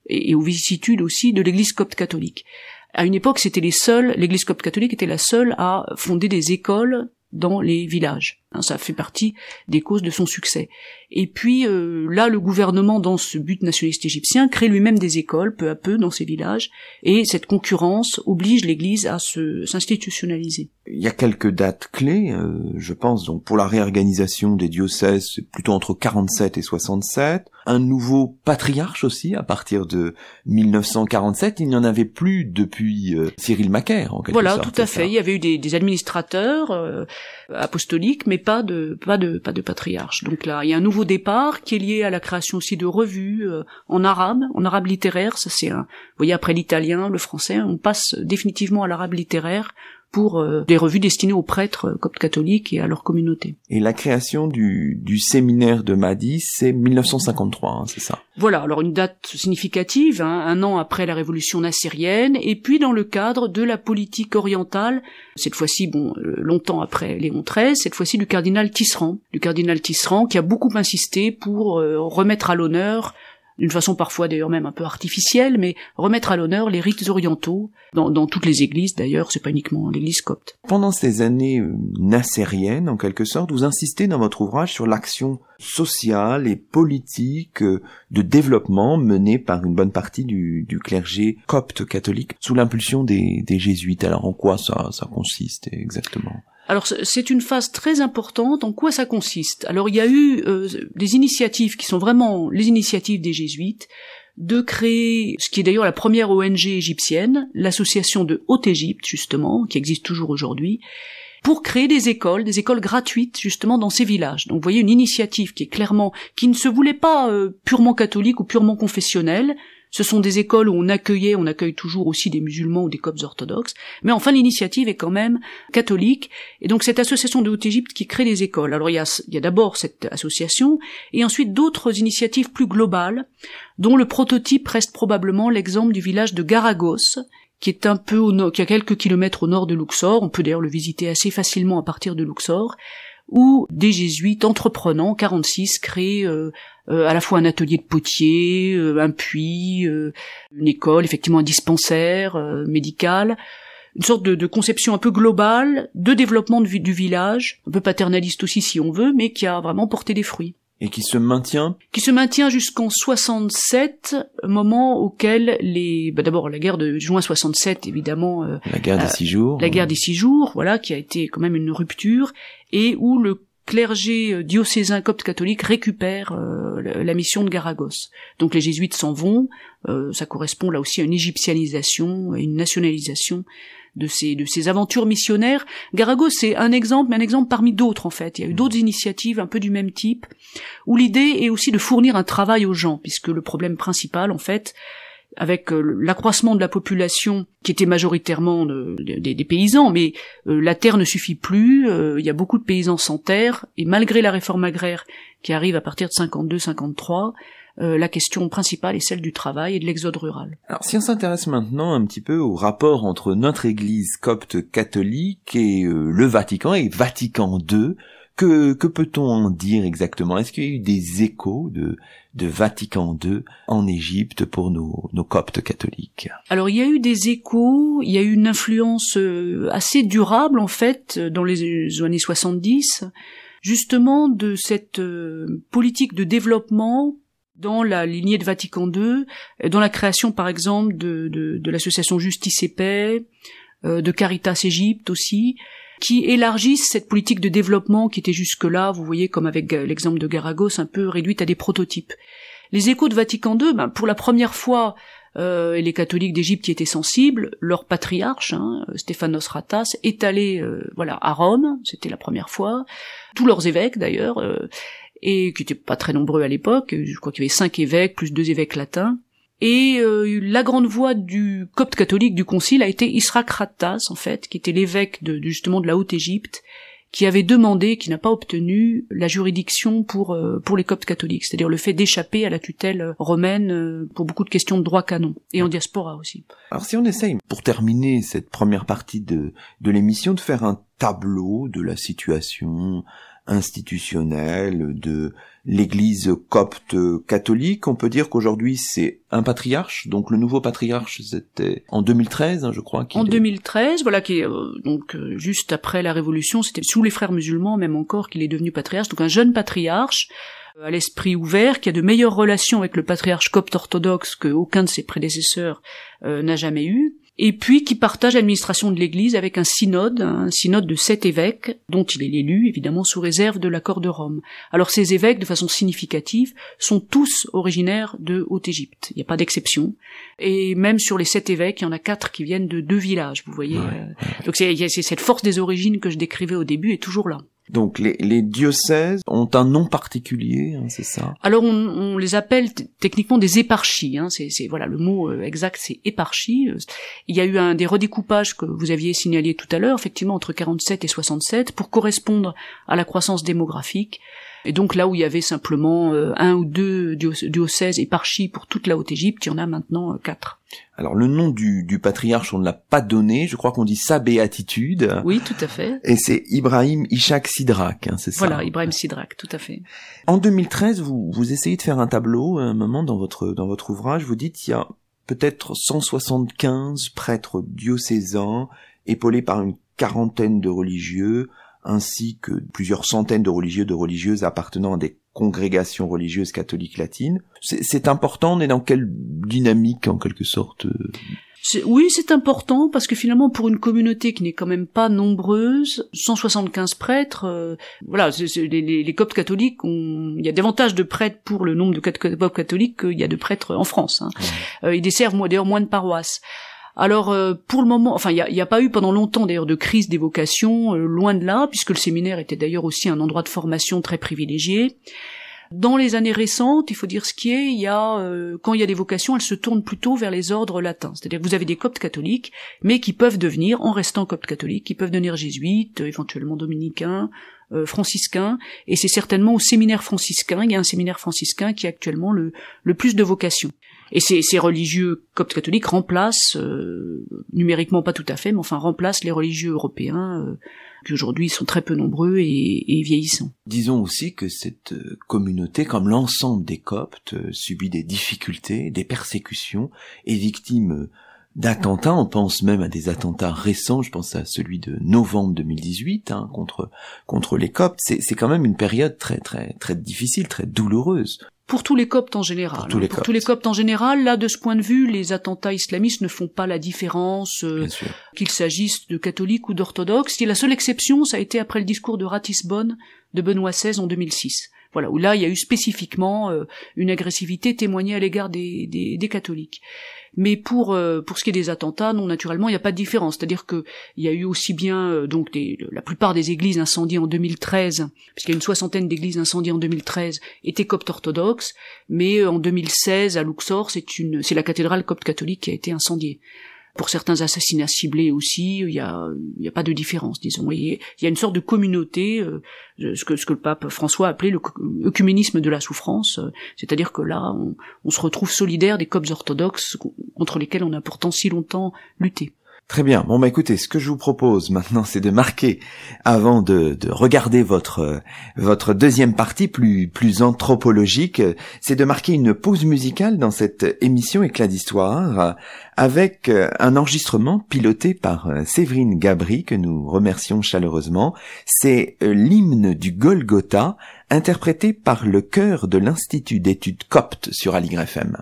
et aux vicissitudes aussi de l'Église copte catholique. À une époque, l'Église copte catholique était la seule à fonder des écoles dans les villages. Ça fait partie des causes de son succès. Et puis là, le gouvernement, dans ce but nationaliste égyptien, crée lui-même des écoles peu à peu dans ces villages, et cette concurrence oblige l'Église à s'institutionnaliser. Il y a quelques dates clés, je pense, donc pour la réorganisation des diocèses, c'est plutôt entre 47 et 67. Un nouveau patriarche aussi, à partir de 1947. Il n'y en avait plus depuis Cyril Macaire, en quelque sorte. Voilà, tout à fait. Il y avait eu des administrateurs apostoliques, mais pas de patriarche. Donc là, il y a un nouveau départ qui est lié à la création aussi de revues en arabe littéraire. Ça c'est vous voyez, après l'italien, le français, on passe définitivement à l'arabe littéraire pour des revues destinées aux prêtres coptes catholiques et à leur communauté. Et la création du séminaire de Mahdi, c'est 1953, c'est ça? Voilà, alors une date significative, un an après la révolution nassérienne, et puis dans le cadre de la politique orientale, cette fois-ci, longtemps après Léon XIII, cette fois-ci du cardinal Tisserand. Du cardinal Tisserand qui a beaucoup insisté pour remettre à l'honneur, d'une façon parfois d'ailleurs même un peu artificielle, mais remettre à l'honneur les rites orientaux, dans toutes les églises d'ailleurs, c'est pas uniquement l'église copte. Pendant ces années nassériennes, en quelque sorte, vous insistez dans votre ouvrage sur l'action sociale et politique de développement menée par une bonne partie du clergé copte catholique sous l'impulsion des jésuites. Alors en quoi ça consiste exactement ? Alors c'est une phase très importante. En quoi ça consiste ? Alors il y a eu des initiatives qui sont vraiment les initiatives des jésuites de créer, ce qui est d'ailleurs la première ONG égyptienne, l'association de Haute-Égypte justement, qui existe toujours aujourd'hui, pour créer des écoles gratuites justement dans ces villages. Donc vous voyez une initiative qui ne se voulait pas purement catholique ou purement confessionnelle. Ce sont des écoles où on accueille toujours aussi des musulmans ou des coptes orthodoxes, mais enfin l'initiative est quand même catholique, et donc cette association de Haute-Égypte qui crée des écoles. Alors il y a d'abord cette association, et ensuite d'autres initiatives plus globales, dont le prototype reste probablement l'exemple du village de Garagos, qui est un peu qui a quelques kilomètres au nord de Luxor. On peut d'ailleurs le visiter assez facilement à partir de Luxor, où des jésuites entreprenants, en 46, créent à la fois un atelier de potier, un puits, une école, effectivement un dispensaire médical, une sorte de conception un peu globale de développement du village, un peu paternaliste aussi si on veut, mais qui a vraiment porté des fruits. Et qui se maintient jusqu'en 67, moment auquel d'abord la guerre de juin 67, évidemment, la guerre des 6 jours. La guerre des 6 jours, voilà, qui a été quand même une rupture, et où le clergé diocésain copte catholique récupère la mission de Garagos. Donc les jésuites s'en vont, ça correspond là aussi à une égyptianisation, à une nationalisation de ces aventures missionnaires. Garagos, c'est un exemple, mais un exemple parmi d'autres en fait. Il y a eu d'autres initiatives un peu du même type, où l'idée est aussi de fournir un travail aux gens, puisque le problème principal en fait, avec l'accroissement de la population qui était majoritairement des paysans, mais la terre ne suffit plus, il y a beaucoup de paysans sans terre, et malgré la réforme agraire qui arrive à partir de 52-53, la question principale est celle du travail et de l'exode rural. Alors si on s'intéresse maintenant un petit peu au rapport entre notre église copte catholique et le Vatican et Vatican II, que peut-on en dire exactement? Est-ce qu'il y a eu des échos de Vatican II en Égypte pour nos coptes catholiques? Alors il y a eu des échos, il y a eu une influence assez durable en fait dans les années 70, justement de cette politique de développement dans la lignée de Vatican II, dans la création par exemple de l'association Justice et Paix, de Caritas Égypte aussi, qui élargissent cette politique de développement qui était jusque-là, vous voyez, comme avec l'exemple de Garagos, un peu réduite à des prototypes. Les échos de Vatican II, pour la première fois, et les catholiques d'Égypte y étaient sensibles, leur patriarche, Stéphanos Ratas, est allé à Rome, c'était la première fois, tous leurs évêques d'ailleurs, et qui n'étaient pas très nombreux à l'époque, je crois qu'il y avait 5 évêques, plus 2 évêques latins, et la grande voix du copte catholique du concile a été Israk Ratas, en fait, qui était l'évêque justement de la Haute-Égypte, qui avait demandé, qui n'a pas obtenu, la juridiction pour les coptes catholiques, c'est-à-dire le fait d'échapper à la tutelle romaine pour beaucoup de questions de droit canon, et en diaspora aussi. Alors si on essaye, pour terminer cette première partie de l'émission, de faire un tableau de la situation institutionnelle de l'Église copte catholique. On peut dire qu'aujourd'hui c'est un patriarche, donc le nouveau patriarche c'était en 2013, je crois. En 2013, voilà, qui est juste après la Révolution, c'était sous les frères musulmans même encore qu'il est devenu patriarche, donc un jeune patriarche à l'esprit ouvert, qui a de meilleures relations avec le patriarche copte orthodoxe qu'aucun de ses prédécesseurs n'a jamais eu, et puis qui partage l'administration de l'Église avec un synode de 7 évêques, dont il est l'élu, évidemment sous réserve de l'accord de Rome. Alors ces évêques, de façon significative, sont tous originaires de Haute-Égypte, il n'y a pas d'exception, et même sur les 7 évêques, il y en a 4 qui viennent de 2 villages, vous voyez. Donc c'est cette force des origines que je décrivais au début est toujours là. Donc les diocèses ont un nom particulier, c'est ça? Alors on les appelle techniquement des éparchies, c'est voilà, le mot exact c'est éparchie. Il y a eu des redécoupages que vous aviez signalé tout à l'heure, effectivement entre 47 et 67 pour correspondre à la croissance démographique. Et donc là où il y avait simplement 1 ou 2 diocèses éparchies pour toute la Haute-Égypte, il y en a maintenant 4. Alors le nom du patriarche, on ne l'a pas donné, je crois qu'on dit sa béatitude. Oui, tout à fait. Et c'est Ibrahim Ishaq Sidrak, c'est ça? Voilà, Ibrahim Sidrak, tout à fait. En 2013, vous essayez de faire un tableau, à un moment dans votre ouvrage, vous dites il y a peut-être 175 prêtres diocésains, épaulés par une quarantaine de religieux, ainsi que plusieurs centaines de religieux, de religieuses appartenant à des congrégations religieuses catholiques latines. C'est important, on est dans quelle dynamique en quelque sorte? Oui, c'est important parce que finalement pour une communauté qui n'est quand même pas nombreuse, 175 prêtres, voilà, les coptes catholiques, il y a davantage de prêtres pour le nombre de coptes catholiques qu'il y a de prêtres en France. Ils desservent d'ailleurs moins de paroisses. Alors pour le moment, enfin il y a pas eu pendant longtemps d'ailleurs de crise des vocations, loin de là, puisque le séminaire était d'ailleurs aussi un endroit de formation très privilégié. Dans les années récentes, il faut dire ce qui est, quand il y a des vocations, elles se tournent plutôt vers les ordres latins. C'est-à-dire que vous avez des coptes catholiques, mais qui peuvent devenir, en restant coptes catholiques, qui peuvent devenir jésuites, éventuellement dominicains, franciscains, et c'est certainement au séminaire franciscain, il y a un séminaire franciscain qui a actuellement le plus de vocations. Et ces religieux coptes catholiques remplacent, numériquement pas tout à fait, mais enfin remplacent les religieux européens, qui aujourd'hui sont très peu nombreux et vieillissants. Disons aussi que cette communauté, comme l'ensemble des coptes, subit des difficultés, des persécutions, est victime d'attentats. On pense même à des attentats récents, je pense à celui de novembre 2018, contre les coptes. C'est quand même une période très très très difficile, très douloureuse. Pour tous les coptes en général. Pour tous les coptes en général, là, de ce point de vue, les attentats islamistes ne font pas la différence, qu'il s'agisse de catholiques ou d'orthodoxes. Et la seule exception, ça a été après le discours de Ratisbonne de Benoît XVI en 2006. Voilà, où là, il y a eu spécifiquement une agressivité témoignée à l'égard des catholiques. Mais pour ce qui est des attentats, non, naturellement, il n'y a pas de différence. C'est-à-dire que il y a eu aussi bien la plupart des églises incendiées en 2013, puisqu'il y a une 60aine d'églises incendiées en 2013, étaient coptes orthodoxes, mais en 2016 à Luxor, c'est la cathédrale copte catholique qui a été incendiée. Pour certains assassinats ciblés aussi, il y a pas de différence, disons. Il y a une sorte de communauté, ce que le pape François appelait le œcuménisme de la souffrance, c'est-à-dire que là, on se retrouve solidaire des coptes orthodoxes contre lesquels on a pourtant si longtemps lutté. Très bien. Bon, écoutez, ce que je vous propose maintenant, c'est de marquer, avant de regarder votre deuxième partie plus anthropologique, c'est de marquer une pause musicale dans cette émission Éclat d'Histoire, avec un enregistrement piloté par Séverine Gabry, que nous remercions chaleureusement. C'est l'hymne du Golgotha, interprété par le chœur de l'Institut d'études coptes sur Aligre FM.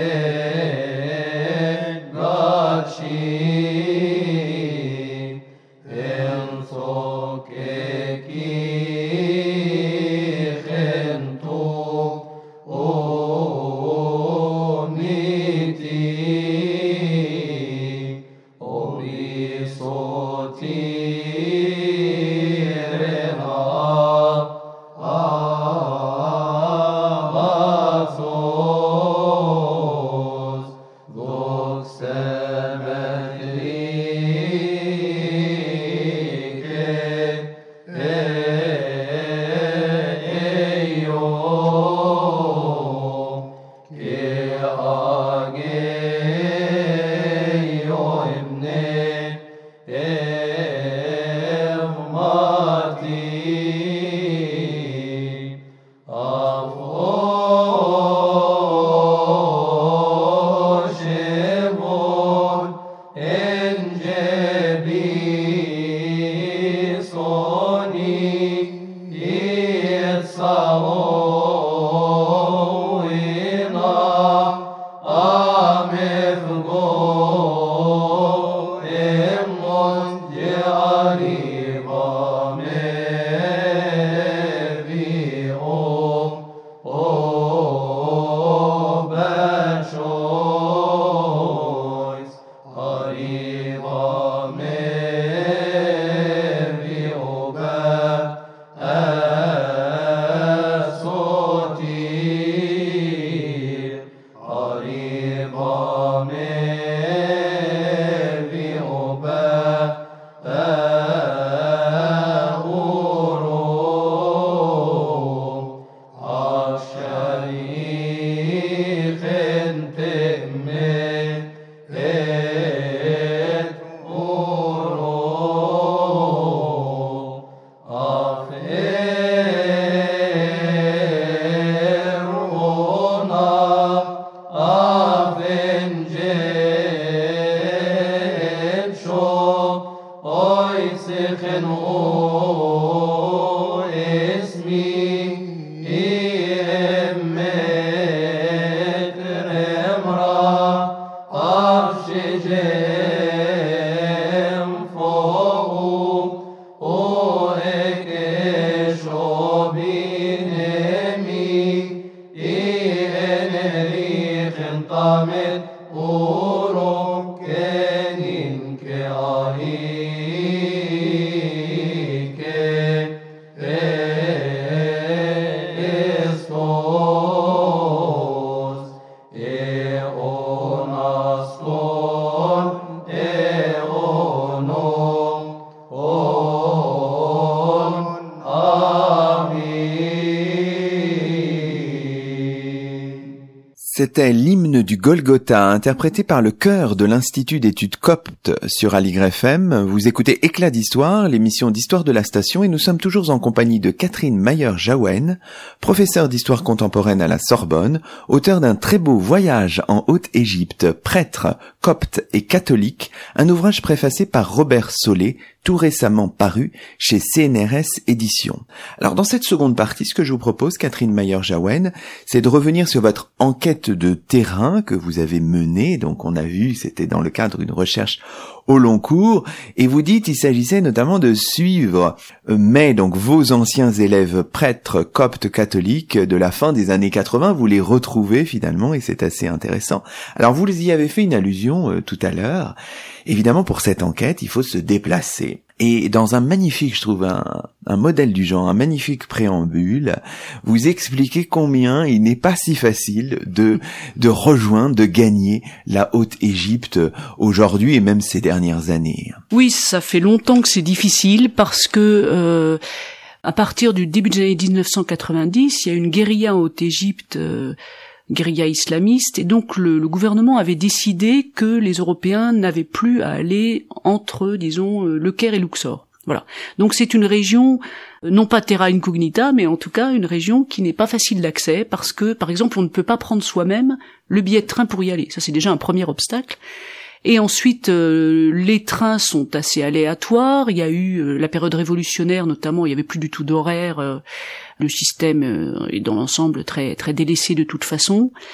C'était l'hymne du Golgotha, interprété par le chœur de l'Institut d'études coptes sur Aligre FM. Vous écoutez Éclat d'Histoire, l'émission d'histoire de la station, et nous sommes toujours en compagnie de Catherine Mayer-Jaouen, professeure d'histoire contemporaine à la Sorbonne, auteure d'un très beau voyage en Haute-Égypte, prêtre, copte et catholique, un ouvrage préfacé par Robert Solé, tout récemment paru chez CNRS Éditions. Alors dans cette seconde partie, ce que je vous propose, Catherine Mayer-Jaouen, c'est de revenir sur votre enquête de terrain que vous avez menée. Donc on a vu, c'était dans le cadre d'une recherche au long cours, et vous dites il s'agissait notamment de suivre donc vos anciens élèves prêtres coptes catholiques de la fin des années 80, vous les retrouvez finalement, et c'est assez intéressant. Alors vous y avez fait une allusion tout à l'heure. Évidemment, pour cette enquête, il faut se déplacer. Et dans un magnifique, je trouve, un modèle du genre, un magnifique préambule, vous expliquez combien il n'est pas si facile de rejoindre, de gagner la Haute-Égypte aujourd'hui et même ces dernières années. Oui, ça fait longtemps que c'est difficile parce que à partir du début des années 1990, il y a une guérilla en Haute-Égypte, guérilla islamiste, et donc le gouvernement avait décidé que les Européens n'avaient plus à aller entre, disons, Le Caire et Luxor. Voilà. Donc c'est une région, non pas terra incognita, mais en tout cas une région qui n'est pas facile d'accès parce que, par exemple, on ne peut pas prendre soi-même le billet de train pour y aller. Ça, c'est déjà un premier obstacle. Et ensuite, les trains sont assez aléatoires. Il y a eu la période révolutionnaire, notamment, il y avait plus du tout d'horaire. Le système est dans l'ensemble très très délaissé de toute façon.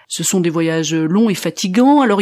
Ce sont des voyages longs et fatigants. Alors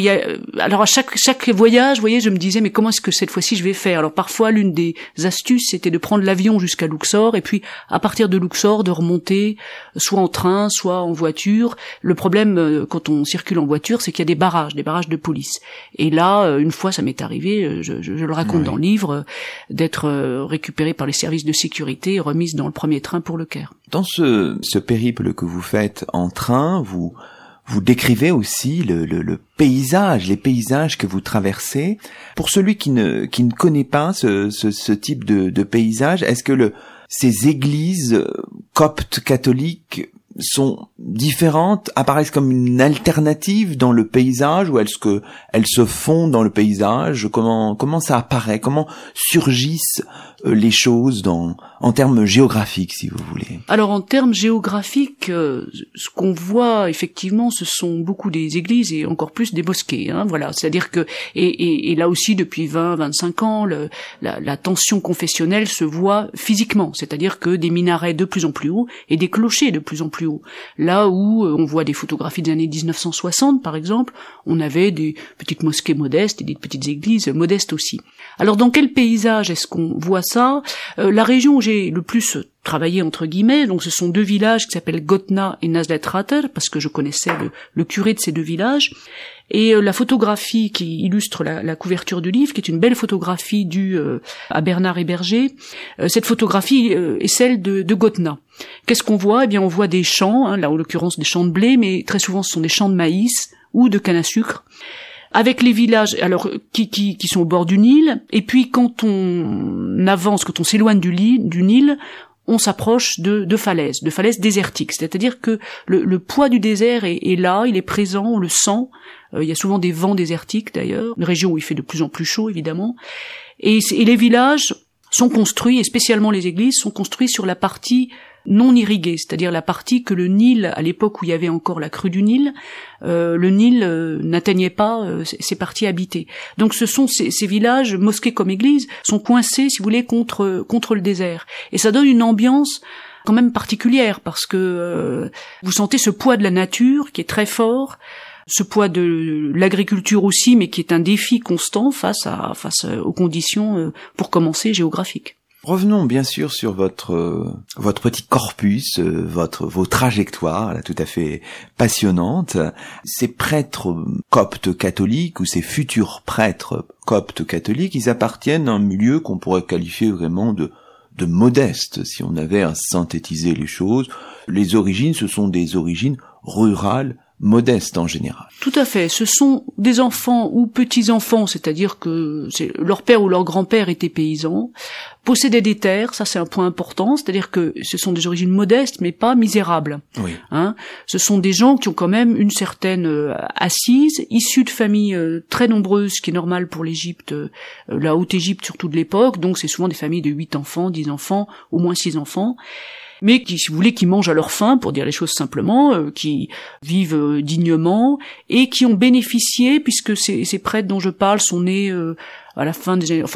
à chaque voyage, vous voyez, je me disais mais comment est-ce que cette fois-ci je vais faire? Alors parfois l'une des astuces c'était de prendre l'avion jusqu'à Luxor et puis à partir de Luxor de remonter soit en train, soit en voiture. Le problème quand on circule en voiture, c'est qu'il y a des barrages de police. Et là, une fois ça m'est arrivé, je le raconte dans le livre, d'être récupéré par les services de sécurité et remise dans le premier train pour le Caire. Dans ce périple que vous faites en train, vous décrivez aussi le paysage, les paysages que vous traversez. Pour celui qui ne connaît pas ce type de paysage, est-ce que ces églises coptes catholiques sont différentes, apparaissent comme une alternative dans le paysage, ou est-ce que elles se font dans le paysage? Comment ça apparaît? Comment surgissent les choses en termes géographiques, si vous voulez? Alors en termes géographiques, ce qu'on voit effectivement, ce sont beaucoup des églises et encore plus des mosquées. Voilà, c'est-à-dire que et là aussi depuis 20-25 ans, la tension confessionnelle se voit physiquement, c'est-à-dire que des minarets de plus en plus hauts et des clochers de plus en plus hauts. Là où on voit des photographies des années 1960 par exemple, on avait des petites mosquées modestes et des petites églises modestes aussi. Alors dans quel paysage est-ce qu'on voit ça? La région où j'ai le plus travaillé entre guillemets, donc ce sont deux villages qui s'appellent Gotna et Nazlet Rater, parce que je connaissais le curé de ces deux villages. Et la photographie qui illustre la couverture du livre, qui est une belle photographie due à Bernard Héberger, cette photographie est celle de Gotna. Qu'est-ce qu'on voit? Eh bien on voit des champs, là en l'occurrence des champs de blé, mais très souvent ce sont des champs de maïs ou de canne à sucre, avec les villages alors qui sont au bord du Nil. Et puis quand on avance, quand on s'éloigne du Nil, on s'approche de falaises désertiques. C'est-à-dire que le poids du désert est là, il est présent, on le sent. Il y a souvent des vents désertiques d'ailleurs, une région où il fait de plus en plus chaud évidemment. Et les villages sont construits, et spécialement les églises, sont construits sur la partie non irriguée, c'est-à-dire la partie que le Nil, à l'époque où il y avait encore la crue du Nil, le Nil n'atteignait pas ces parties habitées. Donc ce sont ces villages, mosquées comme églises, sont coincés, si vous voulez, contre le désert. Et ça donne une ambiance quand même particulière, parce que vous sentez ce poids de la nature qui est très fort, ce poids de l'agriculture aussi, mais qui est un défi constant face aux conditions, pour commencer, géographiques. Revenons bien sûr sur votre petit corpus, vos trajectoires là, tout à fait passionnantes. Ces prêtres coptes catholiques ou ces futurs prêtres coptes catholiques, ils appartiennent à un milieu qu'on pourrait qualifier vraiment de modeste, si on avait à synthétiser les choses. Les origines, ce sont des origines rurales, modestes en général. Tout à fait. Ce sont des enfants ou petits-enfants, c'est-à-dire que leur père ou leur grand-père était paysan, possédaient des terres, ça c'est un point important, c'est-à-dire que ce sont des origines modestes mais pas misérables. Oui. Ce sont des gens qui ont quand même une certaine assise, issus de familles très nombreuses, ce qui est normal pour l'Égypte, la Haute-Égypte surtout de l'époque, donc c'est souvent des familles de 8 enfants, 10 enfants, au moins 6 enfants. Mais qui, si vous voulez, qui mangent à leur faim, pour dire les choses simplement, qui vivent dignement, et qui ont bénéficié, puisque ces prêtres dont je parle sont nés à la fin du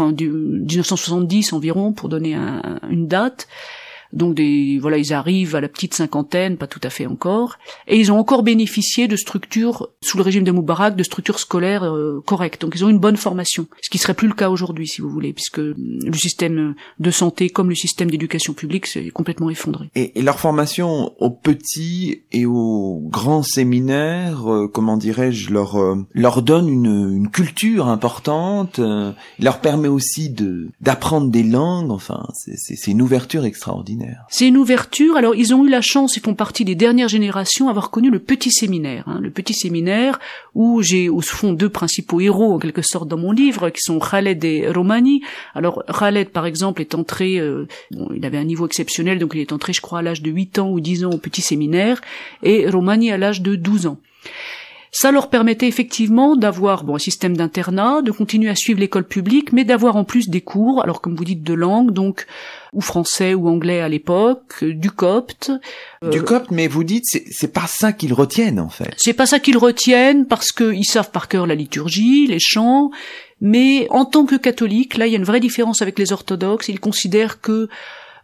1970 environ, pour donner une date. Donc ils arrivent à la petite cinquantaine, pas tout à fait encore, et ils ont encore bénéficié de structures, sous le régime de Moubarak, de structures scolaires correctes. Donc ils ont une bonne formation, ce qui serait plus le cas aujourd'hui, si vous voulez, puisque le système de santé comme le système d'éducation publique s'est complètement effondré. Et leur formation aux petits et aux grands séminaires, comment dirais-je, leur donne une culture importante, leur permet aussi d'apprendre des langues, enfin c'est une ouverture extraordinaire. C'est une ouverture. Alors ils ont eu la chance, ils font partie des dernières générations à avoir connu le petit séminaire. Le petit séminaire où j'ai au fond deux principaux héros en quelque sorte dans mon livre, qui sont Khaled et Romani. Alors Khaled par exemple est entré, il avait un niveau exceptionnel, donc il est entré je crois à l'âge de 8 ans ou 10 ans au petit séminaire, et Romani à l'âge de 12 ans. Ça leur permettait effectivement d'avoir un système d'internat, de continuer à suivre l'école publique, mais d'avoir en plus des cours, alors comme vous dites de langue, donc ou français ou anglais à l'époque, du copte. Du copte, mais vous dites c'est pas ça qu'ils retiennent en fait. C'est pas ça qu'ils retiennent parce qu'ils savent par cœur la liturgie, les chants, mais en tant que catholiques, là il y a une vraie différence avec les orthodoxes. Ils considèrent que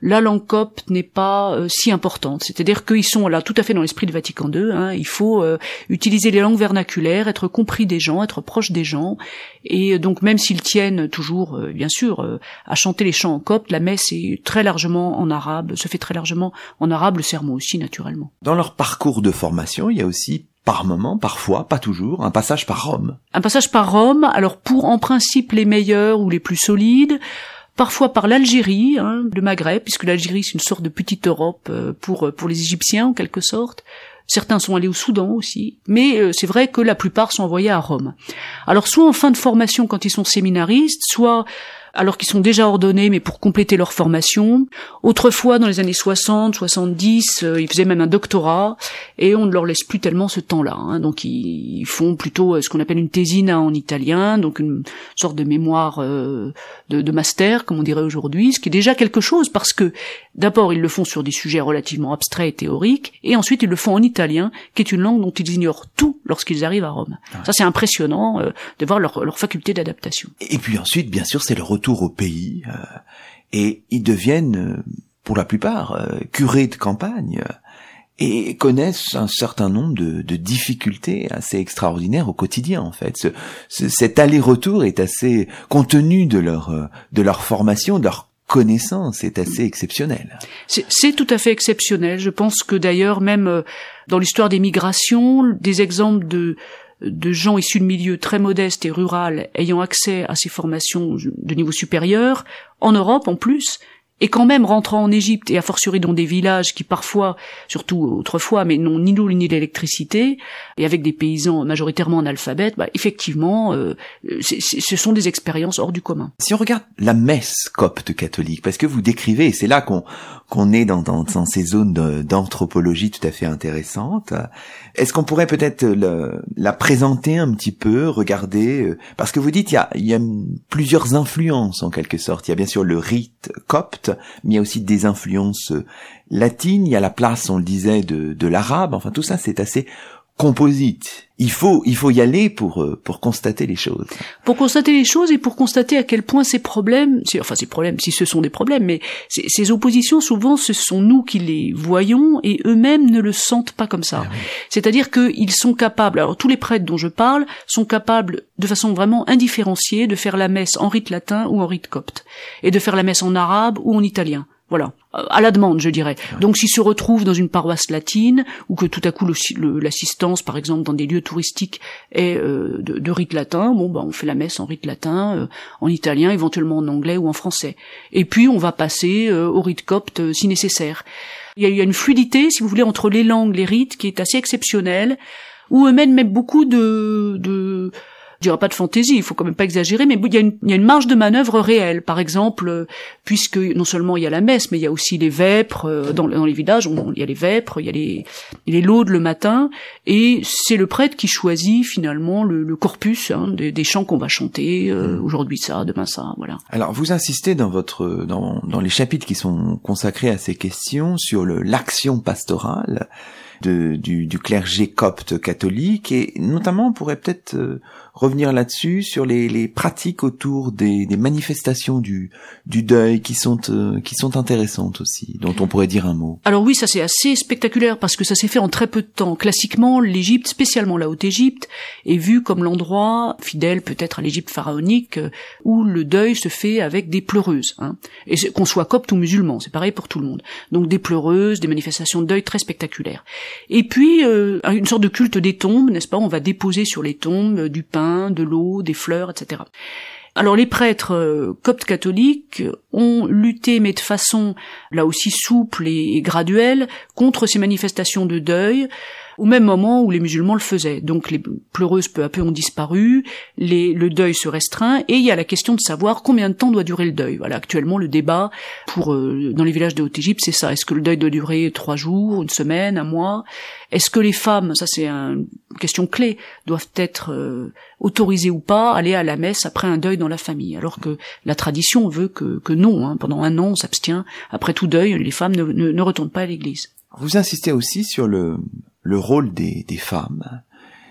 la langue copte n'est pas si importante. C'est-à-dire qu'ils sont là tout à fait dans l'esprit du Vatican II. Il faut utiliser les langues vernaculaires, être compris des gens, être proche des gens. Et donc même s'ils tiennent toujours, bien sûr, à chanter les chants en copte, la messe est très largement en arabe, se fait très largement en arabe, le sermon aussi naturellement. Dans leur parcours de formation, il y a aussi par moment, parfois, pas toujours, un passage par Rome. Un passage par Rome, alors pour en principe les meilleurs ou les plus solides, parfois par l'Algérie, le Maghreb, puisque l'Algérie c'est une sorte de petite Europe pour les Égyptiens en quelque sorte. Certains sont allés au Soudan aussi, mais c'est vrai que la plupart sont envoyés à Rome. Alors soit en fin de formation quand ils sont séminaristes, soit alors qu'ils sont déjà ordonnés, mais pour compléter leur formation. Autrefois, dans les années 60, 70, ils faisaient même un doctorat, et on ne leur laisse plus tellement ce temps-là. Donc ils font plutôt ce qu'on appelle une thésina en italien, donc une sorte de mémoire de master, comme on dirait aujourd'hui, ce qui est déjà quelque chose, parce que d'abord, ils le font sur des sujets relativement abstraits et théoriques, et ensuite ils le font en italien, qui est une langue dont ils ignorent tout lorsqu'ils arrivent à Rome. Ça, c'est impressionnant de voir leur faculté d'adaptation. Et puis ensuite, bien sûr, c'est le retour au pays, et ils deviennent, pour la plupart, curés de campagne, et connaissent un certain nombre de difficultés assez extraordinaires au quotidien, en fait. Cet aller-retour est assez, compte tenu de leur formation, de leur connaissance, est assez exceptionnel. C'est tout à fait exceptionnel. Je pense que d'ailleurs, même dans l'histoire des migrations, des exemples de gens issus de milieux très modestes et rural ayant accès à ces formations de niveau supérieur, en Europe en plus, et quand même rentrant en Égypte, et a fortiori dans des villages qui parfois, surtout autrefois, mais n'ont ni l'eau ni l'électricité, et avec des paysans majoritairement analphabètes, effectivement, ce sont des expériences hors du commun. Si on regarde la messe copte catholique, parce que vous décrivez, et c'est là qu'on est dans ces zones d'anthropologie tout à fait intéressantes, est-ce qu'on pourrait peut-être la présenter un petit peu, regarder, parce que vous dites il y a plusieurs influences en quelque sorte. Il y a bien sûr le rite copte, mais il y a aussi des influences latines, il y a la place, on le disait, de l'arabe, enfin tout ça c'est assez composite. Il faut y aller pour constater les choses. Pour constater les choses et pour constater à quel point ces problèmes, si ce sont des problèmes, mais ces oppositions, souvent, ce sont nous qui les voyons et eux-mêmes ne le sentent pas comme ça. Ah oui. C'est-à-dire qu'ils sont capables, alors tous les prêtres dont je parle, sont capables de façon vraiment indifférenciée de faire la messe en rite latin ou en rite copte, et de faire la messe en arabe ou en italien. Voilà, à la demande, je dirais. Donc, s'ils se retrouvent dans une paroisse latine, ou que tout à coup l'assistance, par exemple, dans des lieux touristiques est de rite latin, on fait la messe en rite latin, en italien, éventuellement en anglais ou en français. Et puis, on va passer au rite copte si nécessaire. Il y a une fluidité, si vous voulez, entre les langues, les rites, qui est assez exceptionnelle, où eux-mêmes mettent beaucoup je dirais pas de fantaisie, il faut quand même pas exagérer, mais il y a une marge de manœuvre réelle. Par exemple, puisque non seulement il y a la messe, mais il y a aussi les vêpres, dans les villages, il y a les vêpres, il y a les laudes le matin, et c'est le prêtre qui choisit finalement le corpus des chants qu'on va chanter, aujourd'hui ça, demain ça, voilà. Alors vous insistez dans les chapitres qui sont consacrés à ces questions sur l'action pastorale du clergé copte catholique, et notamment on pourrait peut-être revenir là-dessus sur les pratiques autour des manifestations du deuil qui sont intéressantes aussi, dont on pourrait dire un mot. Alors oui, ça c'est assez spectaculaire parce que ça s'est fait en très peu de temps. Classiquement, l'Égypte, spécialement la Haute-Égypte, est vue comme l'endroit fidèle peut-être à l'Égypte pharaonique où le deuil se fait avec des pleureuses, et qu'on soit copte ou musulman, c'est pareil pour tout le monde. Donc des pleureuses, des manifestations de deuil très spectaculaires. Et puis une sorte de culte des tombes, n'est-ce pas? On va déposer sur les tombes du pain, de l'eau, des fleurs, etc. Alors les prêtres coptes catholiques ont lutté, mais de façon là aussi souple et graduelle, contre ces manifestations de deuil, au même moment où les musulmans le faisaient. Donc les pleureuses peu à peu ont disparu, le deuil se restreint, et il y a la question de savoir combien de temps doit durer le deuil. Voilà, actuellement le débat dans les villages de Haute-Égypte, c'est ça. Est-ce que le deuil doit durer 3 jours, une semaine, un mois? Est-ce que les femmes, ça c'est une question clé, doivent être autorisées ou pas à aller à la messe après un deuil dans la famille? Alors que la tradition veut que non, pendant 1 an on s'abstient. Après tout deuil, les femmes ne retournent pas à l'église. Vous insistez aussi sur le rôle des femmes,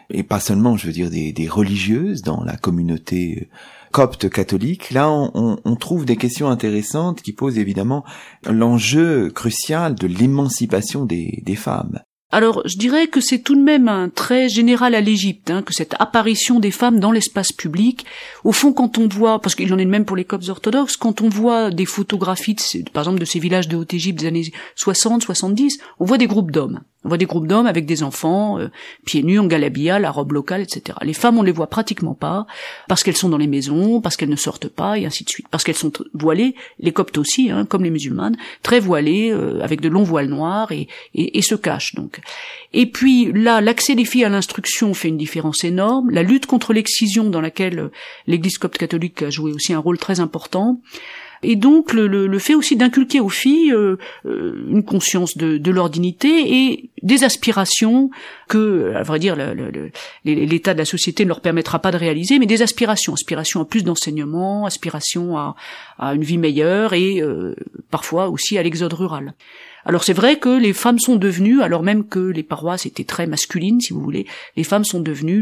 et pas seulement, je veux dire, des religieuses dans la communauté copte catholique. Là, on trouve des questions intéressantes qui posent évidemment l'enjeu crucial de l'émancipation des femmes. Alors, je dirais que c'est tout de même un trait général à l'Égypte, que cette apparition des femmes dans l'espace public. Au fond, quand on voit, parce qu'il y en a de même pour les coptes orthodoxes, quand on voit des photographies, par exemple, de ces villages de Haute-Égypte des années 60, 70, on voit des groupes d'hommes. On voit des groupes d'hommes avec des enfants, pieds nus, en galabia, la robe locale, etc. Les femmes, on les voit pratiquement pas, parce qu'elles sont dans les maisons, parce qu'elles ne sortent pas, et ainsi de suite. Parce qu'elles sont voilées, les coptes aussi, comme les musulmanes, très voilées, avec de longs voiles noirs, et se cachent, donc. Et puis, là, l'accès des filles à l'instruction fait une différence énorme. La lutte contre l'excision, dans laquelle l'Église copte catholique a joué aussi un rôle très important. Et donc le fait aussi d'inculquer aux filles une conscience de leur dignité et des aspirations que, à vrai dire, l'état de la société ne leur permettra pas de réaliser, mais des aspirations à plus d'enseignement, aspirations à une vie meilleure et parfois aussi à l'exode rural. Alors c'est vrai que les femmes sont devenues, alors même que les paroisses étaient très masculines, si vous voulez, les femmes sont devenues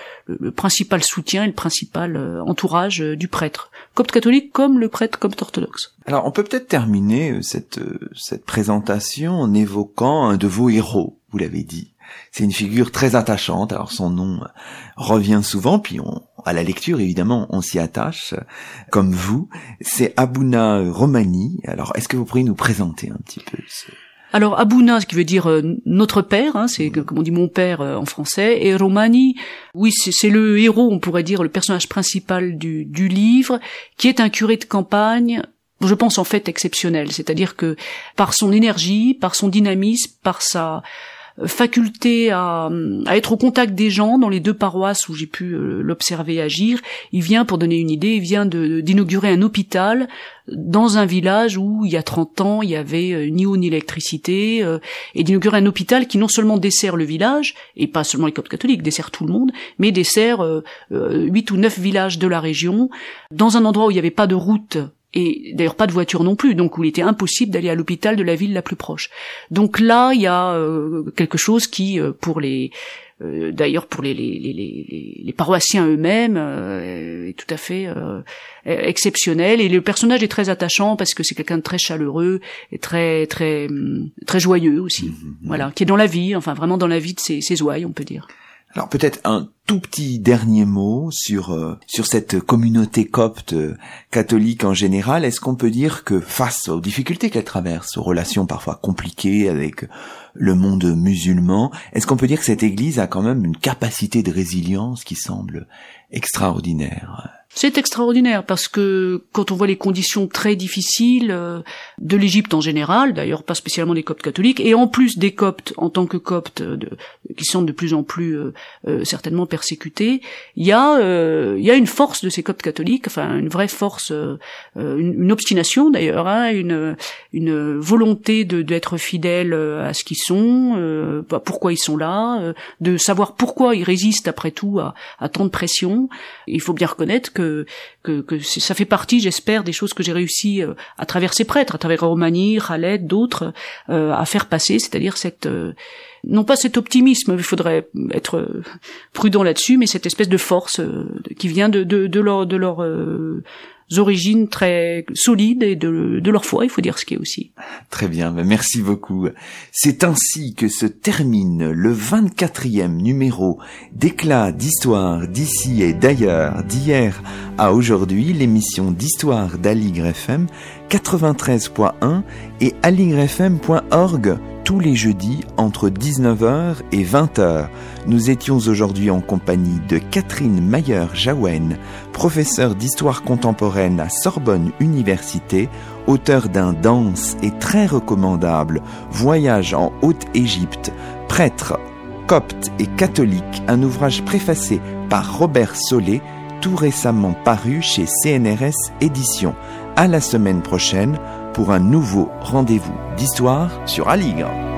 le principal soutien et le principal entourage du prêtre copte catholique comme le prêtre copte orthodoxe. Alors on peut peut-être terminer cette présentation en évoquant un de vos héros, vous l'avez dit. C'est une figure très attachante, alors son nom revient souvent, puis à la lecture évidemment on s'y attache, comme vous, c'est Abouna Romani. Alors est-ce que vous pourriez nous présenter un petit peu Alors Abouna, ce qui veut dire notre père, c'est comme on dit mon père en français, et Romani, oui c'est le héros, on pourrait dire le personnage principal du livre, qui est un curé de campagne, je pense en fait exceptionnel, c'est-à-dire que par son énergie, par son dynamisme, par sa faculté à être au contact des gens dans les deux paroisses où j'ai pu l'observer agir. Il vient, pour donner une idée, il vient d'inaugurer un hôpital dans un village où il y a 30 ans il y avait ni eau ni électricité, et d'inaugurer un hôpital qui non seulement dessert le village, et pas seulement les coptes catholiques, dessert tout le monde, mais dessert 8 ou 9 villages de la région, dans un endroit où il n'y avait pas de route, et d'ailleurs pas de voiture non plus, donc où il était impossible d'aller à l'hôpital de la ville la plus proche. Donc là, il y a quelque chose qui, pour les paroissiens eux-mêmes, est tout à fait exceptionnel. Et le personnage est très attachant parce que c'est quelqu'un de très chaleureux et très très très joyeux aussi. Voilà, qui est dans la vie, enfin vraiment dans la vie de ses ouailles, on peut dire. Alors peut-être un tout petit dernier mot sur cette communauté copte catholique en général. Est-ce qu'on peut dire que face aux difficultés qu'elle traverse, aux relations parfois compliquées avec le monde musulman, est-ce qu'on peut dire que cette église a quand même une capacité de résilience qui semble extraordinaire ? C'est extraordinaire parce que quand on voit les conditions très difficiles de l'Égypte en général, d'ailleurs pas spécialement des coptes catholiques, et en plus des coptes en tant que coptes qui sont de plus en plus certainement persécutés, il y a une force de ces coptes catholiques, enfin une vraie force, une obstination d'ailleurs, une volonté d'être fidèles à ce qu'ils sont, pourquoi ils sont là, de savoir pourquoi ils résistent après tout à tant de pression. Il faut bien reconnaître que ça fait partie, j'espère, des choses que j'ai réussi à travers ces prêtres, à travers Romani, Khaled, d'autres, à faire passer, c'est-à-dire non pas cet optimisme, il faudrait être prudent là-dessus, mais cette espèce de force qui vient de leurs origines très solides et de leur foi, il faut dire ce qui est aussi. Très bien, merci beaucoup. C'est ainsi que se termine le 24e numéro d'Éclat d'histoire d'ici et d'ailleurs, d'hier à aujourd'hui, l'émission d'histoire d'Aligre FM 93.1 et aligrefm.org tous les jeudis entre 19h et 20h. Nous étions aujourd'hui en compagnie de Catherine Mayer-Jaouen, professeure d'histoire contemporaine à Sorbonne Université, auteure d'un dense et très recommandable Voyage en Haute-Égypte, prêtre, copte et catholique, un ouvrage préfacé par Robert Solé, tout récemment paru chez CNRS Éditions. À la semaine prochaine pour un nouveau rendez-vous d'histoire sur Aligre.